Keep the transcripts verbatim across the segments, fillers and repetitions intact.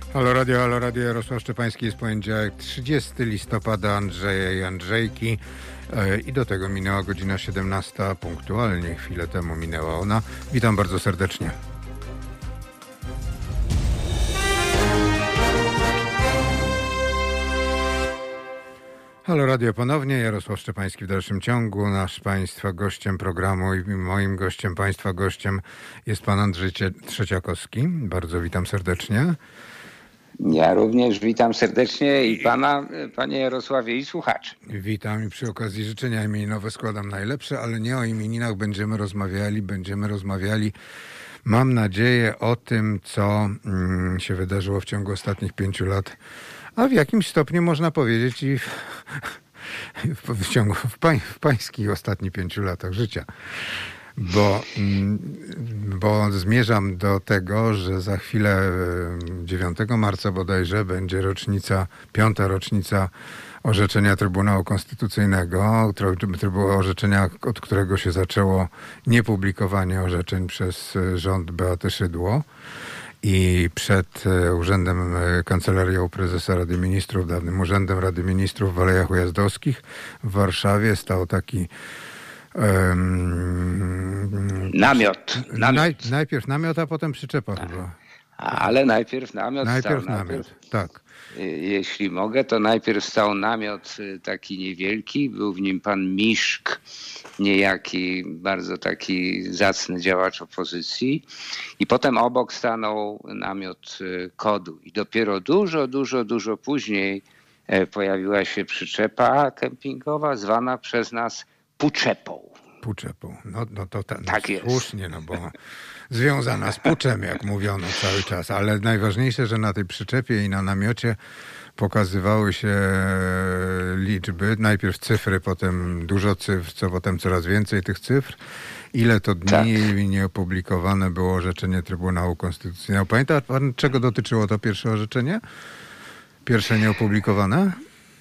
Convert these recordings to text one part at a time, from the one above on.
Halo Radio, Halo Radio, Jarosław Szczepański, jest poniedziałek, trzydziestego listopada, Andrzeja i Andrzejki yy, i do tego minęła godzina siedemnasta, punktualnie chwilę temu minęła ona. Witam bardzo serdecznie. Halo Radio ponownie, Jarosław Szczepański w dalszym ciągu. Nasz Państwa gościem programu i moim gościem, Państwa gościem jest Pan Andrzej Trzeciakowski. Bardzo witam serdecznie. Ja również witam serdecznie i Pana, Panie Jarosławie, i słuchaczy. Witam i przy okazji życzenia imieninowe składam najlepsze, ale nie o imieninach będziemy rozmawiali, będziemy rozmawiali, mam nadzieję, o tym, co mm, się wydarzyło w ciągu ostatnich pięciu lat, a w jakimś stopniu można powiedzieć i w, w, w ciągu w, pań, w pańskich ostatnich pięciu latach życia. Bo, bo zmierzam do tego, że za chwilę dziewiątego marca bodajże będzie rocznica, piąta rocznica orzeczenia Trybunału Konstytucyjnego, orzeczenia, od którego się zaczęło niepublikowanie orzeczeń przez rząd Beaty Szydło. I przed urzędem, Kancelarią Prezesa Rady Ministrów, dawnym Urzędem Rady Ministrów w Alejach Ujazdowskich w Warszawie stał taki Um, namiot. namiot. Naj, najpierw namiot, a potem przyczepa a, chyba. Ale najpierw namiot najpierw stał. Namiot, najpierw, tak. Jeśli mogę, to najpierw stał namiot taki niewielki. Był w nim pan Miszk, niejaki, bardzo taki zacny działacz opozycji. I potem obok stanął namiot KOD-u. I dopiero dużo, dużo, dużo później pojawiła się przyczepa kempingowa, zwana przez nas Puczepą. Puczepą. No, no to ten, tak słusznie, jest. No bo związana z puczem, jak mówiono cały czas. Ale najważniejsze, że na tej przyczepie i na namiocie pokazywały się liczby. Najpierw cyfry, potem dużo cyfr, co potem coraz więcej tych cyfr. Ile to dni tak. nieopublikowane było orzeczenie Trybunału Konstytucyjnego. Pamięta pan, czego dotyczyło to pierwsze orzeczenie? Pierwsze nieopublikowane?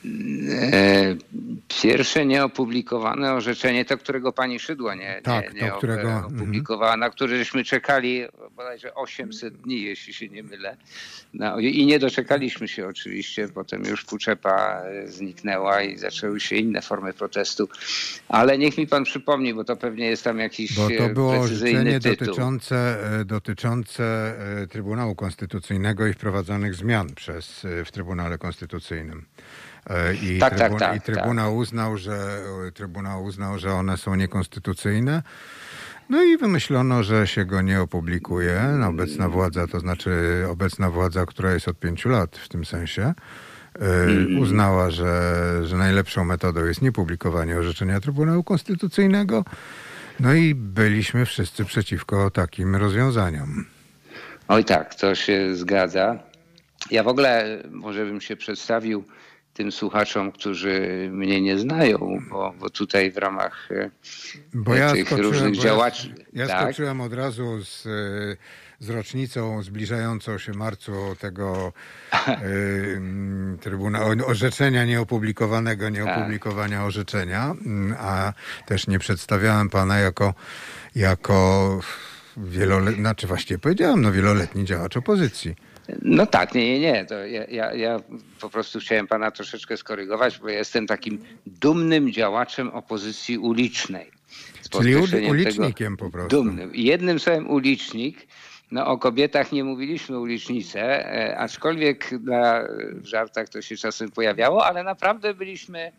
Pierwsze nieopublikowane orzeczenie, to którego pani Szydło nie, tak, nie, nie to, którego, opublikowała, na które żeśmy czekali bodajże osiemset dni, jeśli się nie mylę. No, i nie doczekaliśmy się oczywiście, potem już Puczepa zniknęła i zaczęły się inne formy protestu. Ale niech mi pan przypomni, bo to pewnie jest tam jakiś bo to było precyzyjny orzeczenie tytuł. dotyczące, dotyczące Trybunału Konstytucyjnego i wprowadzonych zmian przez, w Trybunale Konstytucyjnym. I, tak, trybun- tak, tak, i Trybunał, tak. Uznał, że, Trybunał uznał, że one są niekonstytucyjne. No i wymyślono, że się go nie opublikuje. No, obecna władza, to znaczy obecna władza, która jest od pięciu lat w tym sensie, yy, uznała, że, że najlepszą metodą jest niepublikowanie orzeczenia Trybunału Konstytucyjnego. No i byliśmy wszyscy przeciwko takim rozwiązaniom. Oj tak, to się zgadza. Ja w ogóle może bym się przedstawił tym słuchaczom, którzy mnie nie znają, bo, bo tutaj w ramach bo ja tych skoczyłem, różnych bo działaczy... Ja, ja tak? skoczyłem od razu z, z rocznicą zbliżającą się marcu tego y, Trybunału, orzeczenia nieopublikowanego, nieopublikowania orzeczenia, a też nie przedstawiałem pana jako, jako wieloletni, znaczy właściwie powiedziałem, no wieloletni działacz opozycji. No tak, nie, nie, nie. To ja, ja, ja po prostu chciałem pana troszeczkę skorygować, bo ja jestem takim dumnym działaczem opozycji ulicznej. Czyli ulicznikiem po prostu. Dumnym. Jednym słowem ulicznik. No o kobietach nie mówiliśmy ulicznice, aczkolwiek na, w żartach to się czasem pojawiało, ale naprawdę byliśmy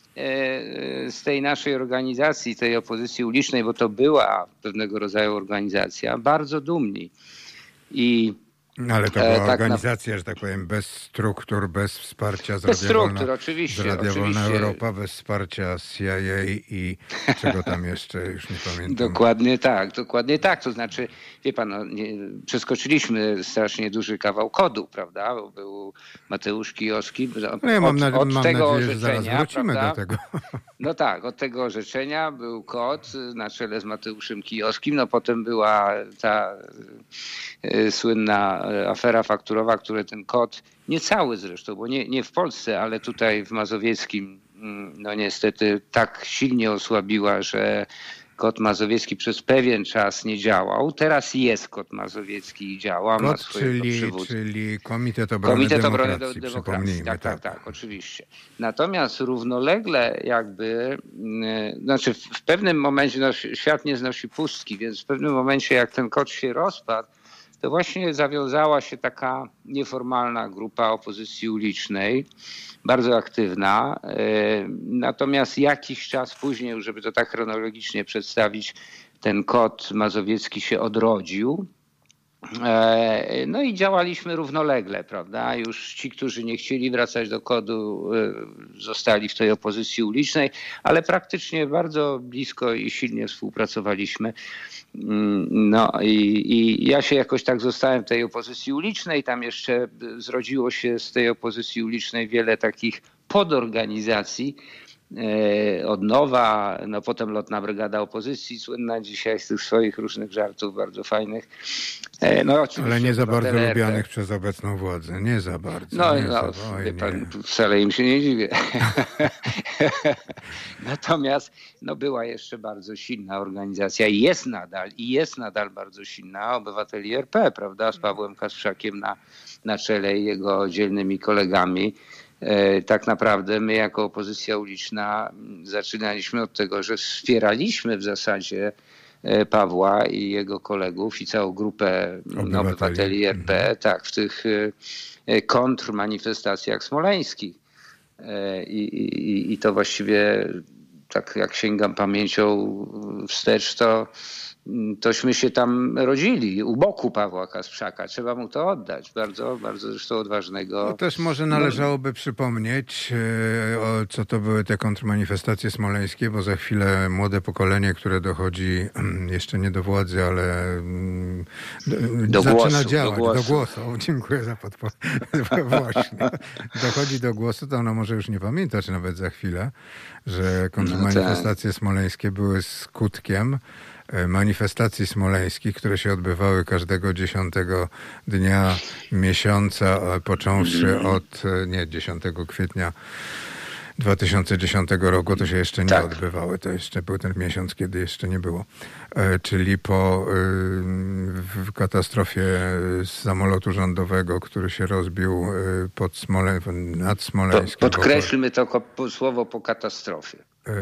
z tej naszej organizacji, tej opozycji ulicznej, bo to była pewnego rodzaju organizacja, bardzo dumni. I ale to była e, tak organizacja, na... że tak powiem, bez struktur, bez wsparcia z bez Radia struktur, Wolna, oczywiście. z Radia oczywiście. Wolna Europa, bez wsparcia C I A i czego tam jeszcze, już nie pamiętam. Dokładnie tak, dokładnie tak. To znaczy, wie pan, no, nie, przeskoczyliśmy strasznie duży kawał kodu, prawda? Bo był Mateusz Kijowski. Od, no ja mam, na, od mam tego nadzieję, że zaraz wrócimy prawda? do tego. No tak, od tego orzeczenia był kod na czele z Mateuszem Kijowskim, no potem była ta y, słynna afera fakturowa, które ten kod, nie cały zresztą, bo nie, nie w Polsce, ale tutaj w Mazowieckim, no niestety tak silnie osłabiła, że Kot Mazowiecki przez pewien czas nie działał. Teraz jest Kot Mazowiecki i działa. Ma Kot, swojego czyli, przywódcę. czyli Komitet Obrony Komitet Demokracji, Obrony do, Demokracji. przypomnijmy. Tak, tak, tak, tak, oczywiście. Natomiast równolegle jakby, yy, znaczy w, w pewnym momencie, no, świat nie znosi pustki, więc w pewnym momencie jak ten kot się rozpadł, to właśnie zawiązała się taka nieformalna grupa opozycji ulicznej, bardzo aktywna. Natomiast jakiś czas później, żeby to tak chronologicznie przedstawić, ten Kot Mazowiecki się odrodził. No i działaliśmy równolegle, prawda? Już ci, którzy nie chcieli wracać do kodu, zostali w tej opozycji ulicznej, ale praktycznie bardzo blisko i silnie współpracowaliśmy. No i, i ja się jakoś tak zostałem w tej opozycji ulicznej. Tam jeszcze zrodziło się z tej opozycji ulicznej wiele takich podorganizacji. Odnowa, no potem Lotna Brygada Opozycji, słynna dzisiaj z tych swoich różnych żartów bardzo fajnych. No, ale nie za bardzo lubianych przez obecną władzę. Nie za bardzo. No, nie no za, oj, pan, wcale im się nie dziwię. Natomiast no, była jeszcze bardzo silna organizacja i jest nadal, i jest nadal bardzo silna, Obywateli R P, prawda, z Pawłem Kasprzakiem na, na czele i jego dzielnymi kolegami. Tak naprawdę my jako opozycja uliczna zaczynaliśmy od tego, że wspieraliśmy w zasadzie Pawła i jego kolegów i całą grupę obywateli, obywateli R P, tak, w tych kontrmanifestacjach smoleńskich. I, i, I to właściwie, tak jak sięgam pamięcią wstecz, to tośmy się tam rodzili u boku Pawła Kasprzaka. Trzeba mu to oddać. Bardzo, bardzo zresztą odważnego. No też może należałoby przypomnieć, o co to były te kontrmanifestacje smoleńskie, bo za chwilę młode pokolenie, które dochodzi jeszcze nie do władzy, ale do zaczyna głosu, działać. Do głosu. Do głosu. O, dziękuję za podpowiedź. Właśnie. Dochodzi do głosu, to ona może już nie pamiętać nawet za chwilę, że kontrmanifestacje no tak. smoleńskie były skutkiem manifestacji smoleńskich, które się odbywały każdego dziesiątego dnia miesiąca, począwszy od, nie, dziesiątego kwietnia dwa tysiące dziesiątego roku, to się jeszcze nie tak. odbywały. To jeszcze był ten miesiąc, kiedy jeszcze nie było. Czyli po w katastrofie samolotu rządowego, który się rozbił pod Smole, nad Smoleńskiem. Podkreślmy to słowo po katastrofie.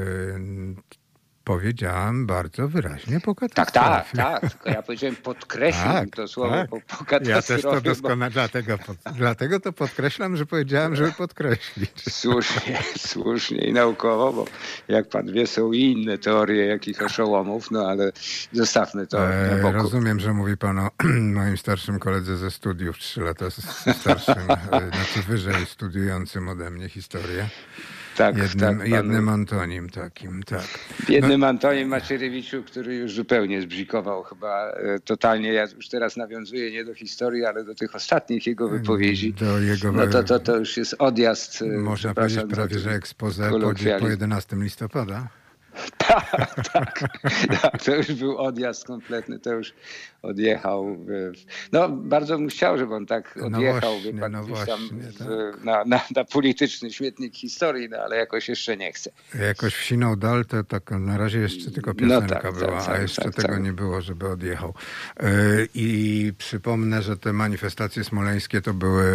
Powiedziałam bardzo wyraźnie po katastrofie. Tak, tak, tak. Tylko ja powiedziałem podkreślam tak, to słowo tak. po, po katastrofie. Ja też to doskonale, bo... dlatego, pod, dlatego to podkreślam, że powiedziałem, żeby podkreślić. Słusznie, słusznie i naukowo, bo jak pan wie, są i inne teorie jakich oszołomów, no ale zostawmy to na boku. Rozumiem, że mówi pan o moim starszym koledze ze studiów, trzy lata starszym, znaczy wyżej studiującym ode mnie historię. Tak, jednym, tak, jednym Antonim takim, tak. Jednym no. Antonim Macierewiczu, który już zupełnie zbrzikował chyba e, totalnie. Ja już teraz nawiązuję nie do historii, ale do tych ostatnich jego wypowiedzi. Do jego... No to, to, to już jest odjazd. Można powiedzieć prawie, że expose po, po jedenastego listopada. tak, tak, tak. To już był odjazd kompletny, to już odjechał. No bardzo bym chciał, żeby on tak odjechał no właśnie, pan, no właśnie, tam w, tak. na, na, na polityczny śmietnik historii, no ale jakoś jeszcze nie chce. Jakoś wsinął dal, to tak na razie jeszcze tylko piosenka no tak, była, tak, a jeszcze tak, tego tak. nie było, żeby odjechał. Yy, I przypomnę, że te manifestacje smoleńskie to były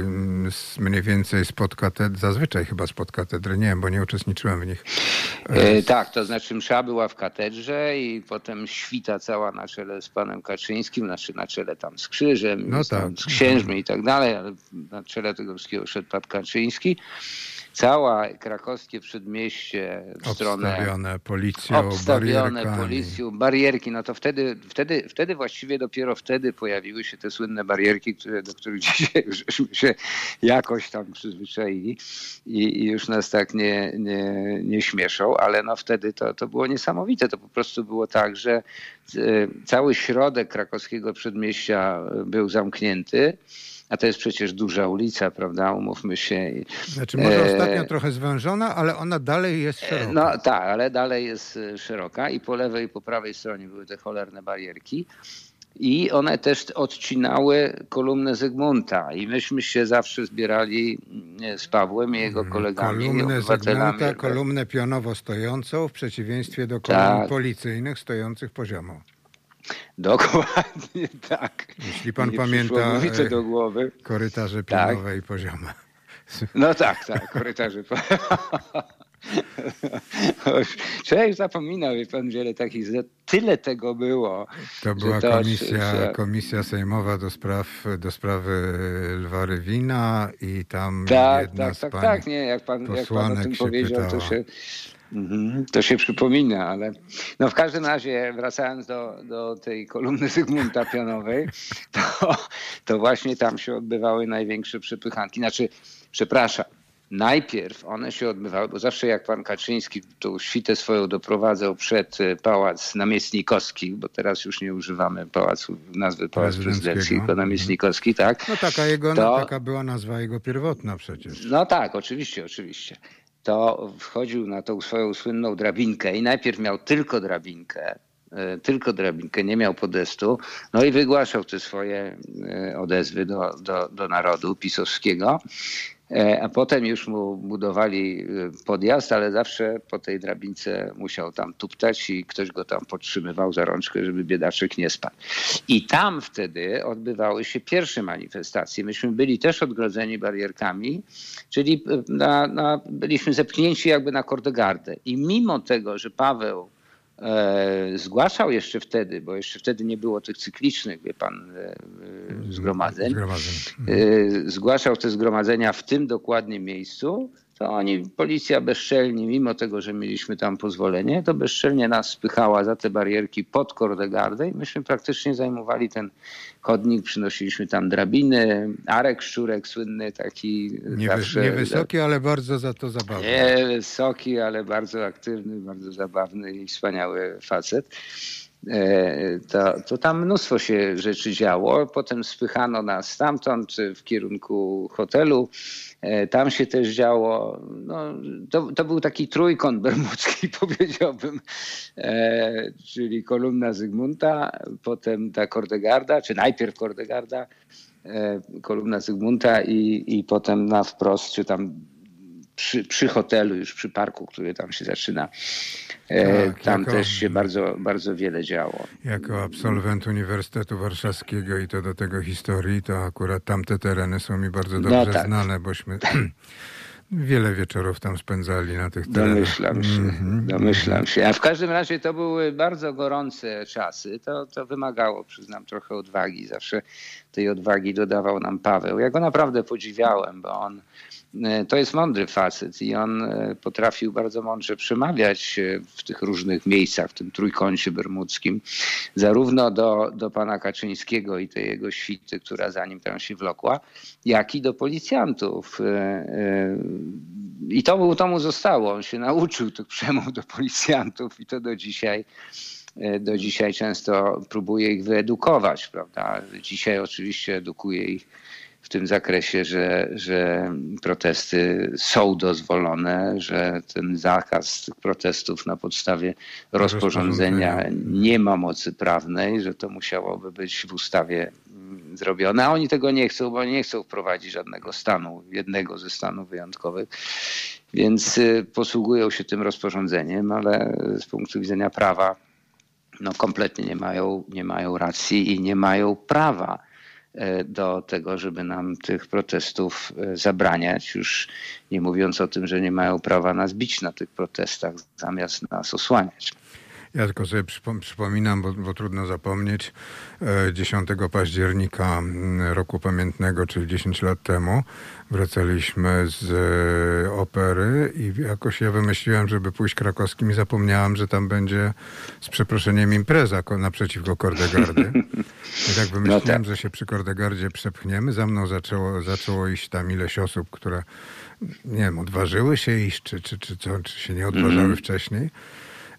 z, mniej więcej spod katedry, zazwyczaj chyba spod katedry, nie wiem, bo nie uczestniczyłem w nich. Yy, tak, to znaczy msza była w katedrze i potem świta cała na czele z panem Kaczyńskim, znaczy na czele tam z krzyżem, no z, tak. z księżmi i tak dalej, ale na czele tego wszystkiego szedł pan Kaczyński. Cała krakowskie przedmieście w stronę... Obstawione policją, Obstawione policją, barierki. No to wtedy, wtedy, wtedy właściwie dopiero wtedy pojawiły się te słynne barierki, które, do których dzisiaj już żeśmy się jakoś tam przyzwyczaili i, i już nas tak nie, nie, nie śmieszą, ale no wtedy to, to było niesamowite. To po prostu było tak, że cały środek krakowskiego przedmieścia był zamknięty. A to jest przecież duża ulica, prawda? Umówmy się. Znaczy może e... ostatnio trochę zwężona, ale ona dalej jest szeroka. No tak, ale dalej jest szeroka i po lewej i po prawej stronie były te cholerne barierki. I one też odcinały kolumnę Zygmunta. I myśmy się zawsze zbierali z Pawłem i jego kolegami. Kolumnę obywatelami. Zygmunta, kolumnę pionowo stojącą w przeciwieństwie do kolumn Tak. policyjnych stojących poziomo. Dokładnie tak. Jeśli pan Nie pamięta mi to do głowy. korytarze Tak. pionowe i poziome. No tak, tak, korytarze. Człowiek zapomina, wie pan, wiele takich, tyle tego było. To była to, komisja, że... komisja sejmowa do spraw, do sprawy Lwa Rywina i tam tak, jedna tak, z tak, pań tak, nie, jak pan, jak pan o tym się powiedział, to pytała. się, mhm, to się przypomina, ale no w każdym razie wracając do, do tej kolumny Zygmunta pionowej, to, to właśnie tam się odbywały największe przepychanki. Znaczy, przepraszam, najpierw one się odbywały, bo zawsze jak pan Kaczyński tą świtę swoją doprowadzał przed Pałac Namiestnikowski, bo teraz już nie używamy pałacu, nazwy Pałac Prezydencki, tylko Namiestnikowski, tak? No taka, jego, to, taka była nazwa jego pierwotna przecież. No tak, oczywiście, oczywiście. To wchodził na tą swoją słynną drabinkę i najpierw miał tylko drabinkę, tylko drabinkę, nie miał podestu, no i wygłaszał te swoje odezwy do, do, do narodu pisowskiego. A potem już mu budowali podjazd, ale zawsze po tej drabince musiał tam tuptać i ktoś go tam podtrzymywał za rączkę, żeby biedaczek nie spadł. I tam wtedy odbywały się pierwsze manifestacje. Myśmy byli też odgrodzeni barierkami, czyli na, na, byliśmy zepchnięci jakby na Kordegardę. I mimo tego, że Paweł E, zgłaszał jeszcze wtedy, bo jeszcze wtedy nie było tych cyklicznych, wie pan, e, zgromadzeń. Zgromadzeń. E, zgłaszał te zgromadzenia w tym dokładnie miejscu, to oni, policja bezczelnie, mimo tego, że mieliśmy tam pozwolenie, to bezczelnie nas spychała za te barierki pod Kordegardę i myśmy praktycznie zajmowali ten chodnik, przynosiliśmy tam drabiny, Arek Szczurek słynny taki. Niewy, zawsze, niewysoki, ale bardzo za to zabawny. Niewysoki, ale bardzo aktywny, bardzo zabawny i wspaniały facet. To, to tam mnóstwo się rzeczy działo. Potem spychano nas stamtąd w kierunku hotelu. Tam się też działo. No, to, to był taki trójkąt bermudzki, powiedziałbym, e, czyli kolumna Zygmunta, potem ta Kordegarda, czy najpierw Kordegarda, e, kolumna Zygmunta i, i potem na wprost, czy tam przy, przy hotelu, już przy parku, który tam się zaczyna. E, tak, tam jako, też się bardzo, bardzo wiele działo. Jako absolwent Uniwersytetu Warszawskiego i to do tego historii, to akurat tamte tereny są mi bardzo dobrze no tak. znane, bośmy wiele wieczorów tam spędzali na tych terenach. Domyślam się, mm-hmm. domyślam się. A w każdym razie to były bardzo gorące czasy. To, to wymagało, przyznam, trochę odwagi. Zawsze tej odwagi dodawał nam Paweł. Ja go naprawdę podziwiałem, bo on to jest mądry facet i on potrafił bardzo mądrze przemawiać w tych różnych miejscach, w tym trójkącie bermudzkim, zarówno do, do pana Kaczyńskiego i tej jego świty, która za nim tam się wlokła, jak i do policjantów. I to mu, to mu zostało. On się nauczył tych przemów do policjantów i to do dzisiaj do dzisiaj często próbuje ich wyedukować, prawda? Dzisiaj oczywiście edukuje ich w tym zakresie, że, że protesty są dozwolone, że ten zakaz tych protestów na podstawie rozporządzenia nie ma mocy prawnej, że to musiałoby być w ustawie zrobione, a oni tego nie chcą, bo oni nie chcą wprowadzić żadnego stanu, jednego ze stanów wyjątkowych, więc posługują się tym rozporządzeniem, ale z punktu widzenia prawa no kompletnie nie mają, nie mają racji i nie mają prawa do tego, żeby nam tych protestów zabraniać, już nie mówiąc o tym, że nie mają prawa nas bić na tych protestach, zamiast nas osłaniać. Ja tylko sobie przypominam, bo, bo trudno zapomnieć, dziesiątego października roku pamiętnego, czyli dziesięć lat temu, wracaliśmy z opery i jakoś ja wymyśliłem, żeby pójść krakowskim i zapomniałem, że tam będzie z przeproszeniem impreza naprzeciwko Kordegardy. I tak wymyśliłem, no tak. że się przy Kordegardzie przepchniemy. Za mną zaczęło, zaczęło iść tam ileś osób, które, nie wiem, odważyły się iść, czy, czy, czy, co, czy się nie odważały mm. wcześniej.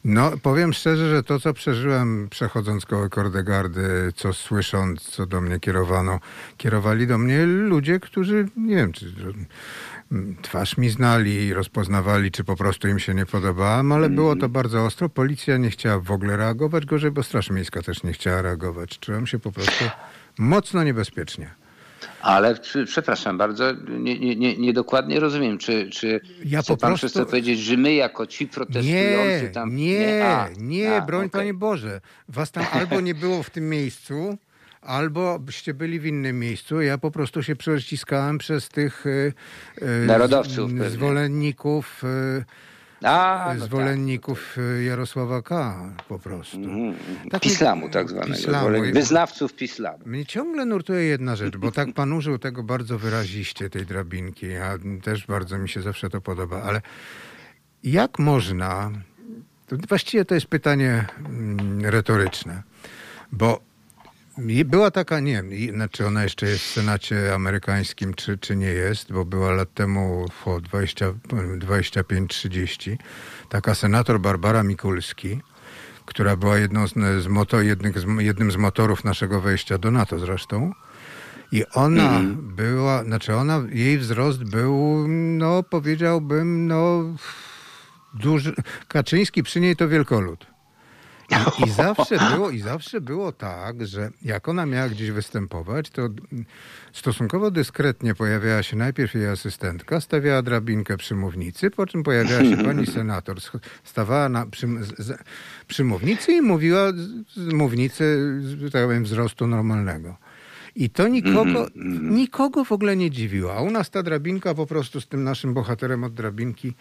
No, powiem szczerze, że to, co przeżyłem przechodząc koło Kordegardy, co słysząc, co do mnie kierowano, kierowali do mnie ludzie, którzy, nie wiem, czy twarz mi znali, rozpoznawali, czy po prostu im się nie podobałem, ale było to bardzo ostro. Policja nie chciała w ogóle reagować, gorzej, bo Straż Miejska też nie chciała reagować. Czułem się po prostu mocno niebezpiecznie. Ale przepraszam bardzo, nie, nie, nie, niedokładnie rozumiem, czy, czy ja chce po pan prostu... przez to powiedzieć, że my jako ci protestujący nie, tam... Nie, nie, a, nie a, broń okay. Panie Boże. Was tam albo nie było w tym miejscu, albo byście byli w innym miejscu. Ja po prostu się przeciskałem przez tych e, narodowców, z, pewnie. zwolenników e, A, no zwolenników tak. Jarosława K. po prostu. Mm, tak Pislamu tak zwanego. Pislamu. Wyznawców Pislamu. Mnie ciągle nurtuje jedna rzecz, bo tak pan użył tego bardzo wyraziście, tej drabinki. Ja też bardzo mi się zawsze to podoba, ale jak można... To właściwie to jest pytanie mm, retoryczne, bo była taka, nie wiem, znaczy ona jeszcze jest w Senacie amerykańskim, czy, czy nie jest, bo była lat temu, o dwadzieścia pięć trzydzieści, taka senator Barbara Mikulski, która była jedną z, z moto, jednych z, jednym z motorów naszego wejścia do NATO zresztą. I ona mm. była, znaczy ona, jej wzrost był, no powiedziałbym, no duży. Kaczyński przy niej to wielkolud. I, I zawsze było, i zawsze było tak, że jak ona miała gdzieś występować, to stosunkowo dyskretnie pojawiała się najpierw jej asystentka, stawiała drabinkę przy mównicy, po czym pojawiała się pani senator, stawała na, przy, z, przy mównicy i mówiła z mównicy, tak powiem, wzrostu normalnego. I to nikogo, nikogo w ogóle nie dziwiło. A u nas ta drabinka po prostu z tym naszym bohaterem od drabinki...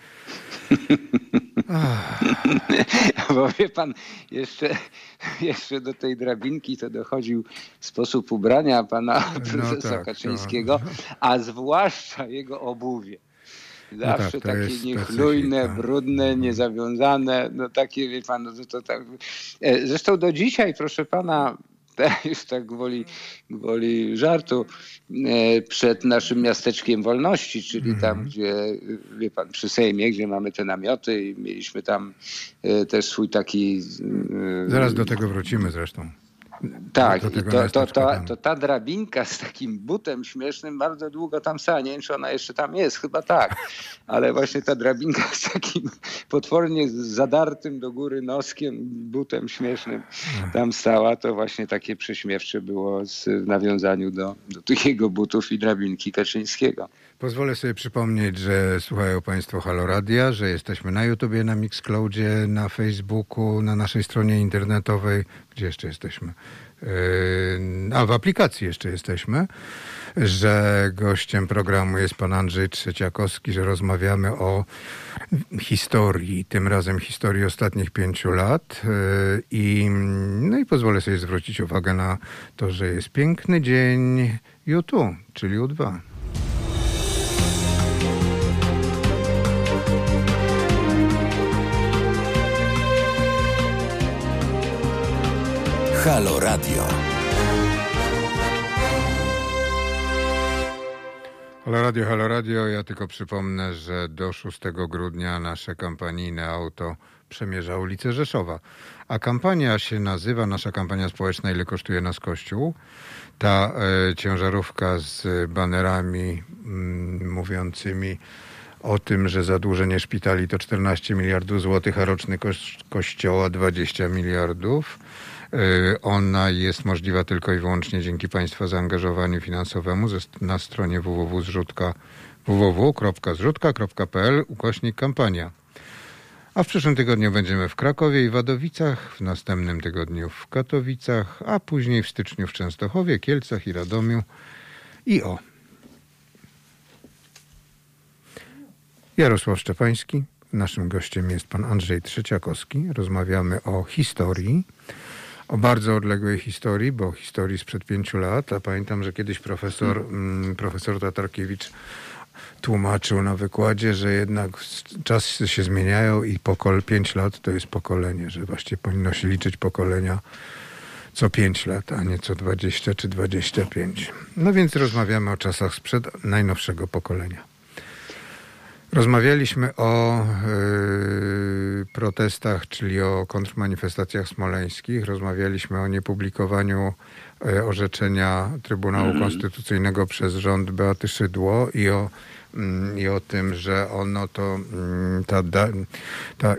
Bo wie pan, jeszcze, jeszcze do tej drabinki to dochodził sposób ubrania pana prezesa no tak, Kaczyńskiego, to... a zwłaszcza jego obuwie. Zawsze no tak, takie niechlujne, brudne, niezawiązane, no takie, wie pan, no to tak. Zresztą do dzisiaj, proszę pana, już tak gwoli, gwoli żartu, przed naszym miasteczkiem Wolności, czyli mm. tam, gdzie, wie pan, przy Sejmie, gdzie mamy te namioty i mieliśmy tam też swój taki... Zaraz do tego wrócimy zresztą. Tak, to, to, to, to, to ta drabinka z takim butem śmiesznym bardzo długo tam stała. Nie wiem, czy ona jeszcze tam jest, chyba tak. Ale właśnie ta drabinka z takim potwornie zadartym do góry noskiem, butem śmiesznym tam stała. To właśnie takie prześmiewcze było z, w nawiązaniu do, do tych jego butów i drabinki Kaczyńskiego. Pozwolę sobie przypomnieć, że słuchają państwo Halo Radia, że jesteśmy na YouTubie, na Mixcloudzie, na Facebooku, na naszej stronie internetowej. Gdzie jeszcze jesteśmy? A w aplikacji jeszcze jesteśmy, że gościem programu jest pan Andrzej Trzeciakowski, że rozmawiamy o historii, tym razem historii ostatnich pięciu lat i, no i pozwolę sobie zwrócić uwagę na to, że jest piękny dzień U dwa, czyli U dwa. Halo Radio. Halo Radio, Halo Radio. Ja tylko przypomnę, że do szóstego grudnia nasze kampanijne auto przemierza ulicę Rzeszowa. A kampania się nazywa, nasza kampania społeczna Ile kosztuje nas Kościół. Ta e, ciężarówka z banerami mm, mówiącymi o tym, że zadłużenie szpitali to czternaście miliardów złotych, a roczny koszt kościoła dwadzieścia miliardów. Ona jest możliwa tylko i wyłącznie dzięki państwa zaangażowaniu finansowemu na stronie www kropka zrzutka kropka p l ukośnik kampania. A w przyszłym tygodniu będziemy w Krakowie i Wadowicach, w następnym tygodniu w Katowicach, a później w styczniu w Częstochowie, Kielcach i Radomiu. I o. Jarosław Szczepański. Naszym gościem jest pan Andrzej Trzeciakowski. Rozmawiamy o historii. O bardzo odległej historii, bo historii sprzed pięciu lat, a pamiętam, że kiedyś profesor, mm, profesor Tatarkiewicz tłumaczył na wykładzie, że jednak czasy się zmieniają i pokol pięć lat to jest pokolenie, że właściwie powinno się liczyć pokolenia co pięć lat, a nie co dwadzieścia czy dwadzieścia pięć. No więc rozmawiamy o czasach sprzed najnowszego pokolenia. Rozmawialiśmy o y, protestach, czyli o kontrmanifestacjach smoleńskich. Rozmawialiśmy o niepublikowaniu y, orzeczenia Trybunału mm. Konstytucyjnego przez rząd Beaty Szydło i o, y, i o tym, że ono to y, ta, da, ta, y,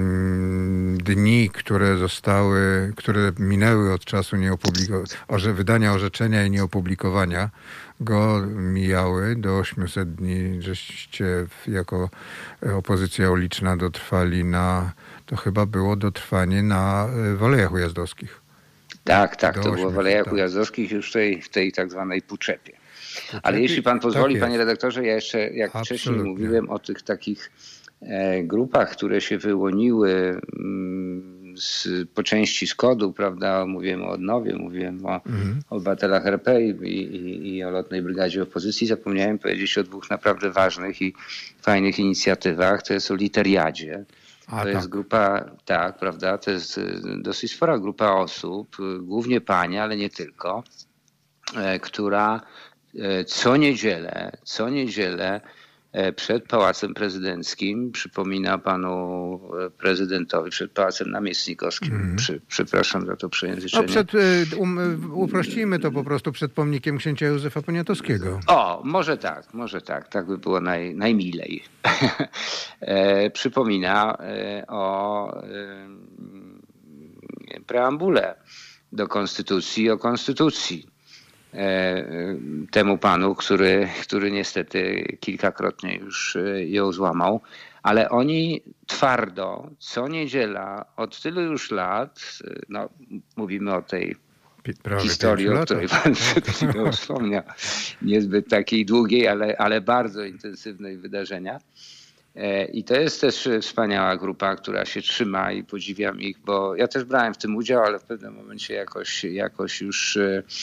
dni, które zostały, które minęły od czasu nieopubliko- wydania orzeczenia i nieopublikowania go mijały do ośmiuset dni, żeście jako opozycja uliczna dotrwali na, to chyba było dotrwanie na Walejach Ujazdowskich. Tak, tak, Do to było w Walejach tak. Ujazdowskich już w tej, w tej tak zwanej Puczepie. Ale jeśli pan pozwoli, tak panie redaktorze, ja jeszcze, jak Absolutnie. wcześniej mówiłem o tych takich e, grupach, które się wyłoniły mm, z, po części z kodu, prawda, mówiłem o Odnowie, mówiłem o mhm. obywatelach R P i, i, i o Lotnej Brygadzie Opozycji. Zapomniałem powiedzieć o dwóch naprawdę ważnych i fajnych inicjatywach. To jest o Literiadzie. To A, jest tak. grupa, tak, prawda, to jest dosyć spora grupa osób, głównie panie, ale nie tylko, e, która co niedzielę, co niedzielę przed Pałacem Prezydenckim, przypomina panu prezydentowi, przed Pałacem Namiestnikowskim, mm. Przy, przepraszam za to przejęzyczenie. No przed, um, uprościmy to po prostu, przed pomnikiem księcia Józefa Poniatowskiego. O, może tak, może tak, tak by było naj, najmilej. e, przypomina e, o e, preambule do Konstytucji, o Konstytucji. Temu panu, który, który niestety kilkakrotnie już ją złamał, ale oni twardo, co niedziela, od tylu już lat, no mówimy o tej Prawie historii, o której pan przed chwilą wspomniał, niezbyt takiej długiej, ale, ale bardzo intensywnej wydarzenia. I to jest też wspaniała grupa, która się trzyma i podziwiam ich, bo ja też brałem w tym udział, ale w pewnym momencie jakoś, jakoś już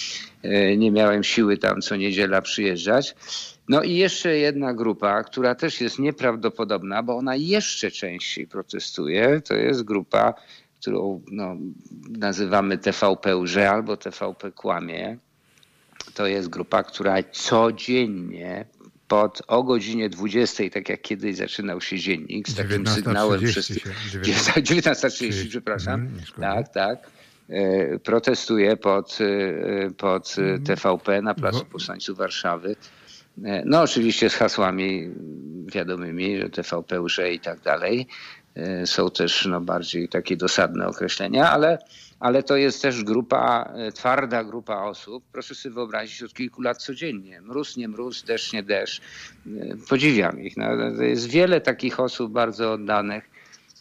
nie miałem siły tam co niedziela przyjeżdżać. No i jeszcze jedna grupa, która też jest nieprawdopodobna, bo ona jeszcze częściej protestuje. To jest grupa, którą no, nazywamy T V P łże albo T V P kłamie. To jest grupa, która codziennie pod o godzinie dwudziestej, tak jak kiedyś zaczynał się dziennik, z takim sygnałem przez dziewiętnasta trzydzieści, przepraszam. Mm, tak, tak. E, protestuje pod, pod mm. T V P na Placu Bo... Powstańców Warszawy. E, no oczywiście z hasłami wiadomymi, że T V P łże i tak dalej. E, są też no, bardziej takie dosadne określenia, ale ale to jest też grupa, twarda grupa osób. Proszę sobie wyobrazić, od kilku lat codziennie. Mróz, nie mróz, deszcz, nie deszcz. Podziwiam ich. No, to jest wiele takich osób bardzo oddanych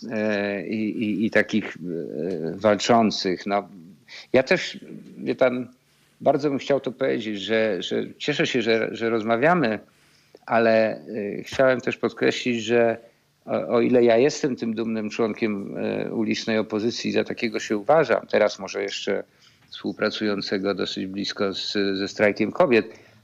i, i, i takich walczących. No, ja też, wie pan, bardzo bym chciał to powiedzieć, że, że cieszę się, że, że rozmawiamy, ale chciałem też podkreślić, że O, o ile ja jestem tym dumnym członkiem ulicznej opozycji, za takiego się uważam, teraz może jeszcze współpracującego dosyć blisko z, ze strajkiem kobiet,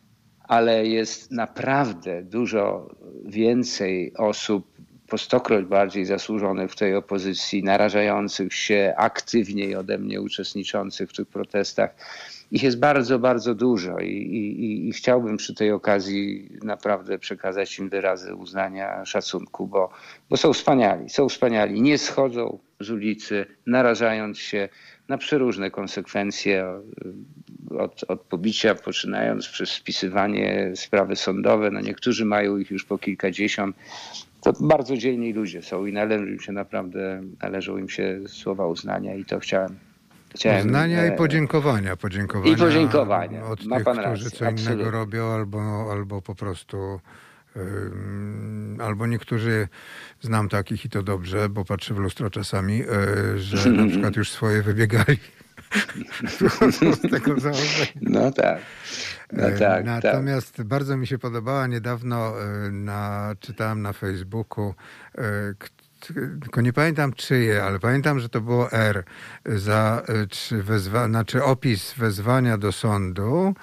ale jest naprawdę dużo więcej osób, po stokroć bardziej zasłużonych w tej opozycji, narażających się, aktywniej ode mnie uczestniczących w tych protestach. Ich jest bardzo, bardzo dużo i, i, i chciałbym przy tej okazji naprawdę przekazać im wyrazy uznania, szacunku, bo, bo są wspaniali, są wspaniali. Nie schodzą z ulicy, narażając się na przeróżne konsekwencje od, od pobicia, poczynając przez spisywanie sprawy sądowe. No niektórzy mają ich już po kilkadziesiąt. To bardzo dzielni ludzie są i należy im się naprawdę, należą im się słowa uznania i to chciałem Chciałem, Uznania i podziękowania. podziękowania. I podziękowania. Od Ma tych, pan którzy rację, co absolutnie. innego robią, albo, albo po prostu um, albo niektórzy, znam takich i to dobrze, bo patrzę w lustro czasami, yy, że na przykład już swoje wybiegali. z tego założenia. No tak. No tak, Natomiast tak. bardzo mi się podobała niedawno, na, czytałem na Facebooku, tylko nie pamiętam czyje, ale pamiętam, że to było R, za czy wezwa, znaczy opis wezwania do sądu,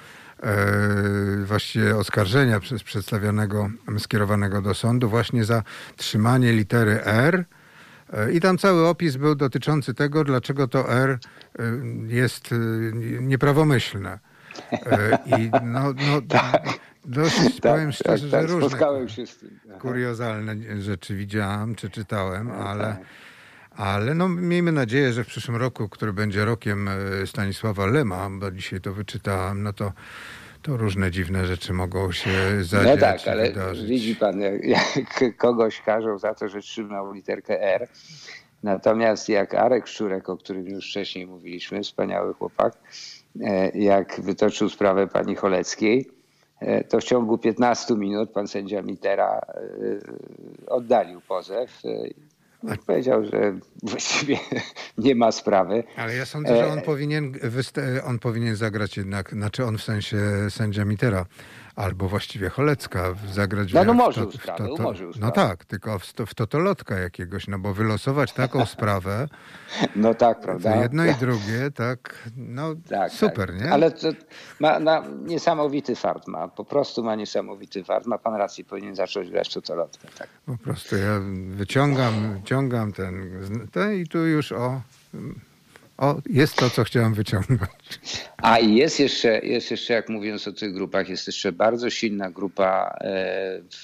e, właściwie oskarżenia przez przedstawionego, skierowanego do sądu właśnie za trzymanie litery R. I tam cały opis był dotyczący tego, dlaczego to R jest nieprawomyślne. E, I no, no dość, Tak, powiem tak, szczerze, że tak, różne spotkałem się z tym. Aha. kuriozalne rzeczy widziałam czy czytałem, No ale, tak. ale no miejmy nadzieję, że w przyszłym roku, który będzie rokiem e, Stanisława Lema, bo dzisiaj to wyczytałem, no to, to różne dziwne rzeczy mogą się zadziać No tak, i ale wydarzyć. widzi pan, jak, jak kogoś karzą za to, że trzymał literkę R. Natomiast jak Arek Szczurek, o którym już wcześniej mówiliśmy, wspaniały chłopak, e, jak wytoczył sprawę pani Choleckiej, e, to w ciągu piętnastu minut pan sędzia Mitera e, oddalił pozew e, i powiedział, że właściwie nie ma sprawy. Ale ja sądzę, że on powinien, wyst- on powinien zagrać jednak, znaczy on w sensie sędzia Mitera, albo właściwie Cholecka, zagrać No, no w, umorzył w, to, w sprawę, to, to, umorzył no sprawę. tak, tylko w, to, w totolotka jakiegoś, no bo wylosować taką sprawę, No tak, prawda? jedno i drugie, tak, no Tak, super, tak. nie? Ale to ma, ma niesamowity fart ma, po prostu ma niesamowity fart. Ma pan rację, powinien zacząć grać w totolotkę. Tak. Po prostu ja wyciągam, wyciągam ten, ten i tu już o, o, jest to, co chciałem wyciągnąć. A i jest jeszcze, jest jeszcze, jak mówiąc o tych grupach, jest jeszcze bardzo silna grupa, e, w,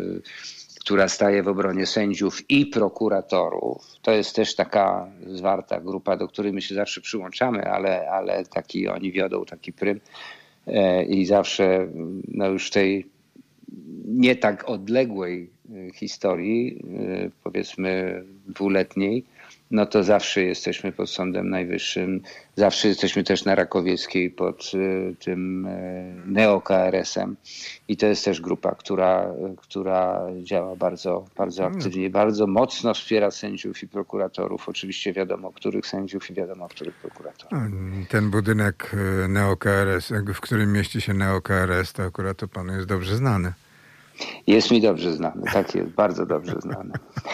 która staje w obronie sędziów i prokuratorów. To jest też taka zwarta grupa, do której my się zawsze przyłączamy, ale, ale taki oni wiodą taki prym e, i zawsze no już tej nie tak odległej historii, e, powiedzmy dwuletniej, no to zawsze jesteśmy pod Sądem Najwyższym, zawsze jesteśmy też na Rakowieckiej pod y, tym y, neo-K R S-em i to jest też grupa, która, która działa bardzo, bardzo aktywnie, bardzo mocno wspiera sędziów i prokuratorów. Oczywiście wiadomo, których sędziów i wiadomo, których prokuratorów. Ten budynek neo-K R S, w którym mieści się neo-K R S, to akurat to panu jest dobrze znany. Jest mi dobrze znany, tak jest, bardzo dobrze znany.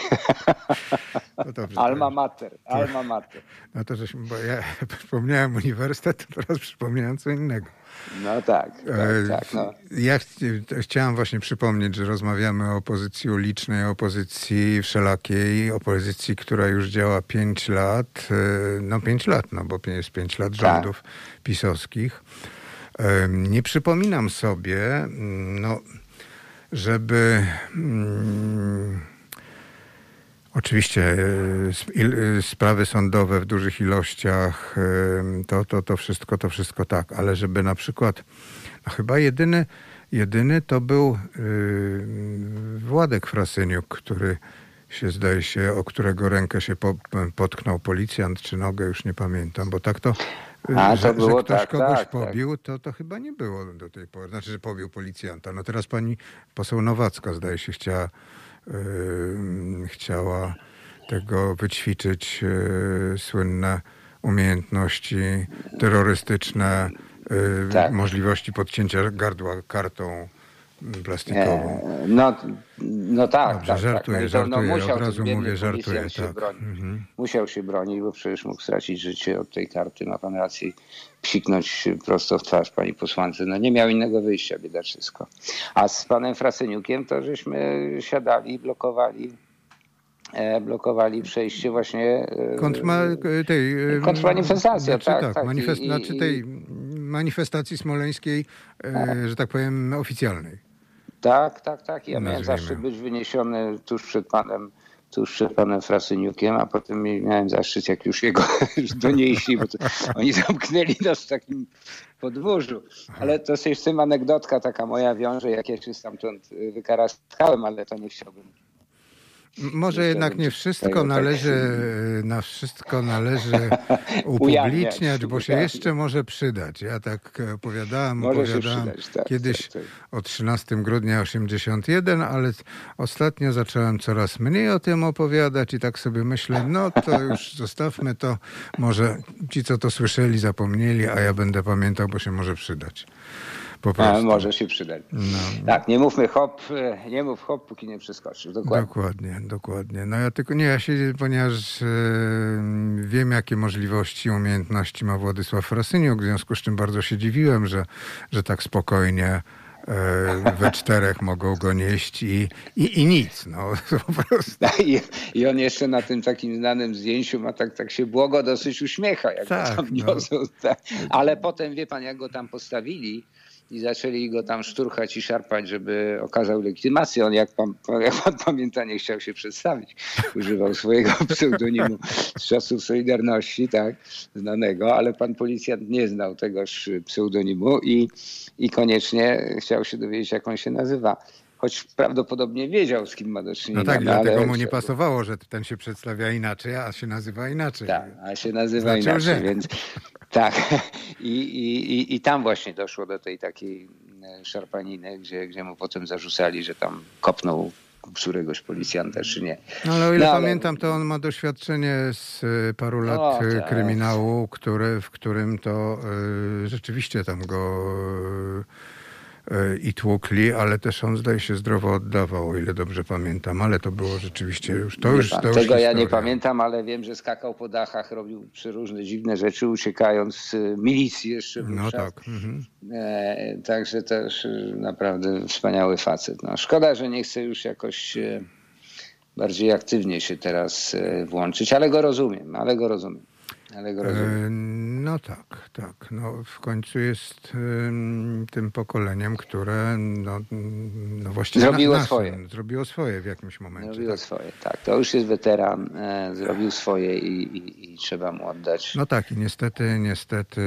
No dobrze, Alma to, mater, alma mater. no to żeśmy, bo ja przypomniałem uniwersytet, to teraz przypomniałem co innego. No tak, tak, tak. No. Ja ch chciałem właśnie przypomnieć, że rozmawiamy o opozycji ulicznej, opozycji wszelakiej, opozycji, która już działa pięć lat, no pięć lat, no bo jest pięć lat rządów tak. pisowskich. Nie przypominam sobie, no żeby mm, oczywiście y, sprawy sądowe w dużych ilościach, y, to, to, to wszystko, to wszystko tak, ale żeby na przykład, no chyba jedyny, jedyny to był y, Władek Frasyniuk, który się zdaje się, o którego rękę się po, potknął policjant, czy nogę, już nie pamiętam, bo tak to A, że, to było, że ktoś tak, kogoś tak, pobił, to, to chyba nie było do tej pory. Znaczy, że pobił policjanta. No teraz pani poseł Nowacka, zdaje się, chciała, yy, chciała tego wyćwiczyć, yy, słynne umiejętności terrorystyczne, yy, tak. możliwości podcięcia gardła kartą plastikową. E, no, no tak. Dobrze, tak, żartuję, tak. No, żartuję, no, musiał, od razu mówię, żartuję. Się Tak. bronić. Mhm. Musiał się bronić, bo przecież mógł stracić życie od tej karty. Ma pan rację, psiknąć prosto w twarz pani posłance. No nie miał innego wyjścia, biedaczysko. A z panem Frasyniukiem to żeśmy siadali, blokowali E, blokowali przejście właśnie e, Kontrma, tej, kontrmanifestacja, znaczy, tak, tak, tak. manifest, I, znaczy i, tej manifestacji smoleńskiej, e, że tak powiem, oficjalnej. Tak, tak, tak. Ja miałem Nazwijmy. zaszczyt być wyniesiony tuż przed panem, tuż przed panem Frasyniukiem, a potem miałem zaszczyt, jak już jego donieśli, bo to, oni zamknęli nas w takim podwórzu. Ale to jest z tym anegdotka taka moja wiąże, jak ja się stamtąd wykaraskałem, ale to nie chciałbym. Może jednak nie wszystko należy, na wszystko należy upubliczniać, bo się jeszcze może przydać. Ja tak opowiadałem, opowiadałem tak, kiedyś tak, tak. o trzynastego grudnia osiemdziesiątego pierwszego, ale ostatnio zacząłem coraz mniej o tym opowiadać i tak sobie myślę, no to już zostawmy to. Może ci, co to słyszeli, zapomnieli, a ja będę pamiętał, bo się może przydać. Po prostu. A, może się przydać. No. Tak, nie mówmy hop, nie mów hop, póki nie przeskoczysz. Dokładnie. Dokładnie, dokładnie. No ja tylko nie, ja się, ponieważ e, wiem, jakie możliwości i umiejętności ma Władysław Frasyniuk, w związku z czym bardzo się dziwiłem, że, że tak spokojnie we czterech mogą go nieść i, i, i nic. No, po prostu. I, I on jeszcze na tym takim znanym zdjęciu ma tak, tak się błogo dosyć uśmiecha, jak Tak, go tam no. niosą. Tak. Ale potem, wie pan, jak go tam postawili i zaczęli go tam szturchać i szarpać, żeby okazał legitymację. On, jak pan, jak pan pamięta, nie chciał się przedstawić. Używał swojego pseudonimu z czasów Solidarności, tak, znanego, ale pan policjant nie znał tegoż pseudonimu i, i koniecznie chciał się dowiedzieć, jak on się nazywa. Choć prawdopodobnie wiedział, z kim ma do czynienia. No tak, no, dlatego ale... mu nie pasowało, że ten się przedstawia inaczej, a się nazywa inaczej. Tak, a się nazywa Znaczy, inaczej, że... więc tak. I, i, i, I tam właśnie doszło do tej takiej szarpaniny, gdzie, gdzie mu potem zarzucali, że tam kopnął któregoś policjanta, czy nie. No ale o ile No, ale... pamiętam, to on ma doświadczenie z paru lat O, tak. kryminału, który, w którym to y, rzeczywiście tam go y, i tłukli, ale też on, zdaje się, zdrowo oddawał, o ile dobrze pamiętam, ale to było rzeczywiście już... To już, pan, to już tego ja nie historia. pamiętam, ale wiem, że skakał po dachach, robił przeróżne dziwne rzeczy, uciekając z milicji jeszcze wówczas. No tak. Mhm. E, także też naprawdę wspaniały facet. No, szkoda, że nie chce już jakoś e, bardziej aktywnie się teraz e, włączyć, ale go rozumiem, ale go rozumiem. Ale go rozumiem. E, no tak, tak. No, w końcu jest ym, tym pokoleniem, które no, no właściwie Zrobiło na, swoje. naszym, zrobiło swoje w jakimś momencie. Zrobiło Tak. swoje, tak. To już jest weteran, e, zrobił swoje i, i, i trzeba mu oddać. No tak i niestety, niestety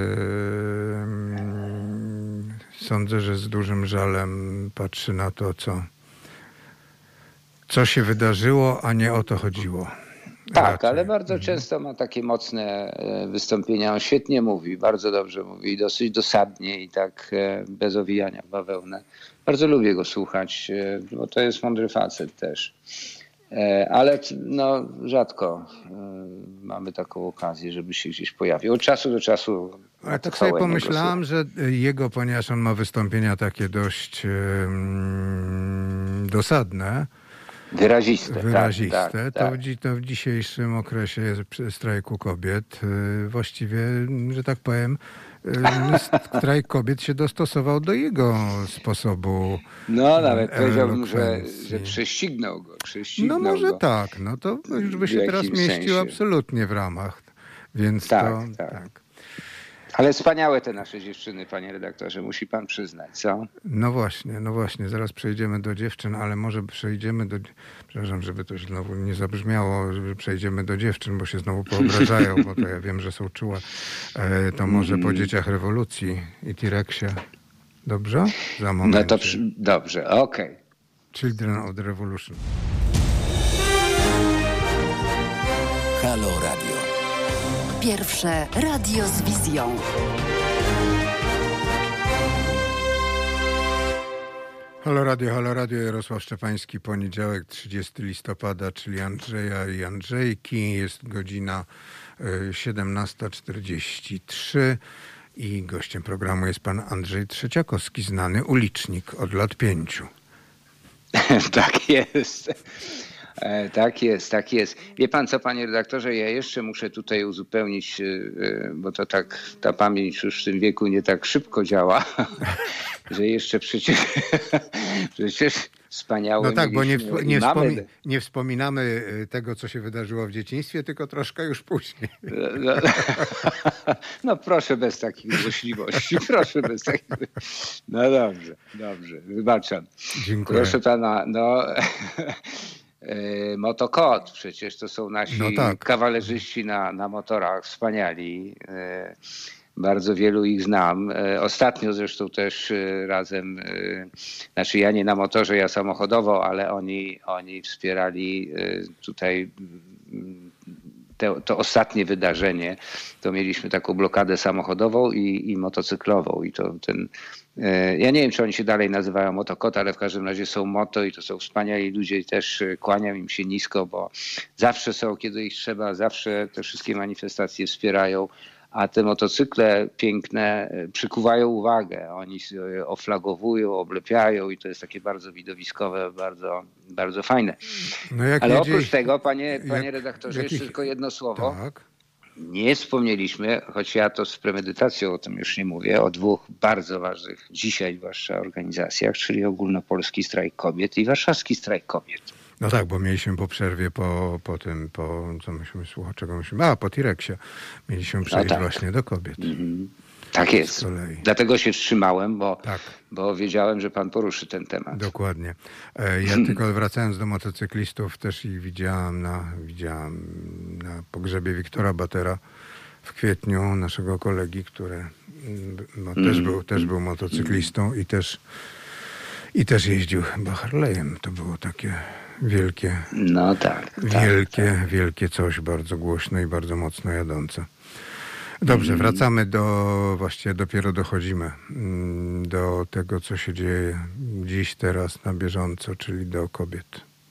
ym, sądzę, że z dużym żalem patrzy na to, co, co się wydarzyło, a nie o to chodziło. Tak, Raczej. ale bardzo często ma takie mocne wystąpienia. On świetnie mówi, bardzo dobrze mówi, dosyć dosadnie i tak bez owijania w bawełnę. Bardzo lubię go słuchać, bo to jest mądry facet też. Ale no, rzadko mamy taką okazję, żeby się gdzieś pojawił. Od czasu do czasu. Ale tak sobie pomyślałem, że jego, ponieważ on ma wystąpienia takie dość um, dosadne, Wyraziste. Wyraziste. Tak, tak, to, tak. W, dzi- to w dzisiejszym okresie strajku kobiet y, właściwie, że tak powiem, y, strajk kobiet się dostosował do jego sposobu No nawet powiedziałbym, że, elokwencji. że prześcignął go. Prześcignął No może go. tak. No to już by W się teraz jakimś mieścił sensie. absolutnie w ramach. Więc Tak, to... tak. tak. Ale wspaniałe te nasze dziewczyny, panie redaktorze, musi pan przyznać, co? No właśnie, no właśnie. Zaraz przejdziemy do dziewczyn, ale może przejdziemy do... Przepraszam, żeby to znowu nie zabrzmiało, że przejdziemy do dziewczyn, bo się znowu poobrażają, bo to ja wiem, że są czułe. E, to może po dzieciach rewolucji i T-Rexie. Dobrze? Za moment. No to przy... dobrze, okej. Okay. Children of the Revolution. Halo Radio. Pierwsze radio z wizją. Halo Radio, Halo Radio, Jarosław Szczepański, poniedziałek, trzydziestego listopada, czyli Andrzeja i Andrzejki. Jest godzina siedemnasta czterdzieści trzy i gościem programu jest pan Andrzej Trzeciakowski, znany ulicznik od lat pięciu. Tak jest. E, tak jest, tak jest. Wie pan co, panie redaktorze, ja jeszcze muszę tutaj uzupełnić, e, bo to tak, ta pamięć już w tym wieku nie tak szybko działa, że jeszcze przecież, przecież wspaniałe. No tak, bo nie, mieliśmy- nie, mamy- wspomi- nie wspominamy tego, co się wydarzyło w dzieciństwie, tylko troszkę już później. No, no proszę bez takich złośliwości, proszę bez takich... No dobrze, dobrze, wybaczam. Dziękuję. Proszę pana, no... e, Motokot, przecież to są nasi No tak. kawalerzyści na, na motorach, wspaniali. E, Bardzo wielu ich znam. E, Ostatnio zresztą też e, razem, e, znaczy ja nie na motorze, ja samochodowo, ale oni, oni wspierali e, tutaj mm, te, to ostatnie wydarzenie. To mieliśmy taką blokadę samochodową i, i motocyklową. I to ten, e, ja nie wiem, czy oni się dalej nazywają Motokot, ale w każdym razie są moto i to są wspaniali ludzie i też e, kłaniam im się nisko, bo zawsze są, kiedy ich trzeba, zawsze te wszystkie manifestacje wspierają. A te motocykle piękne przykuwają uwagę. Oni się oflagowują, oblepiają i to jest takie bardzo widowiskowe, bardzo, bardzo fajne. No jak Ale jedzie- oprócz tego, panie, panie jak- redaktorze, jakich- jeszcze tylko jedno słowo. Tak. nie wspomnieliśmy, choć ja to z premedytacją o tym już nie mówię, o dwóch bardzo ważnych dzisiaj zwłaszcza organizacjach, czyli Ogólnopolski Strajk Kobiet i Warszawski Strajk Kobiet. No tak, bo mieliśmy po przerwie, po, po tym, po co myśmy słuchali, czego myśmy, a po T-Rexie mieliśmy przejść tak. właśnie do kobiet. Mhm. Tak jest. Z kolei. Dlatego się wstrzymałem, bo, Tak. bo wiedziałem, że pan poruszy ten temat. Dokładnie. E, Ja tylko wracając do motocyklistów, też ich widziałem na, widziałem na pogrzebie Wiktora Batera w kwietniu, naszego kolegi, który mm, no, też, był, też był motocyklistą i też, i też jeździł chyba Harley'em. To było takie wielkie, No tak. tak wielkie, tak. wielkie coś, bardzo głośne i bardzo mocno jadące. Dobrze, wracamy do, właściwie dopiero dochodzimy mm, do tego, co się dzieje dziś, teraz, na bieżąco, czyli do kobiet.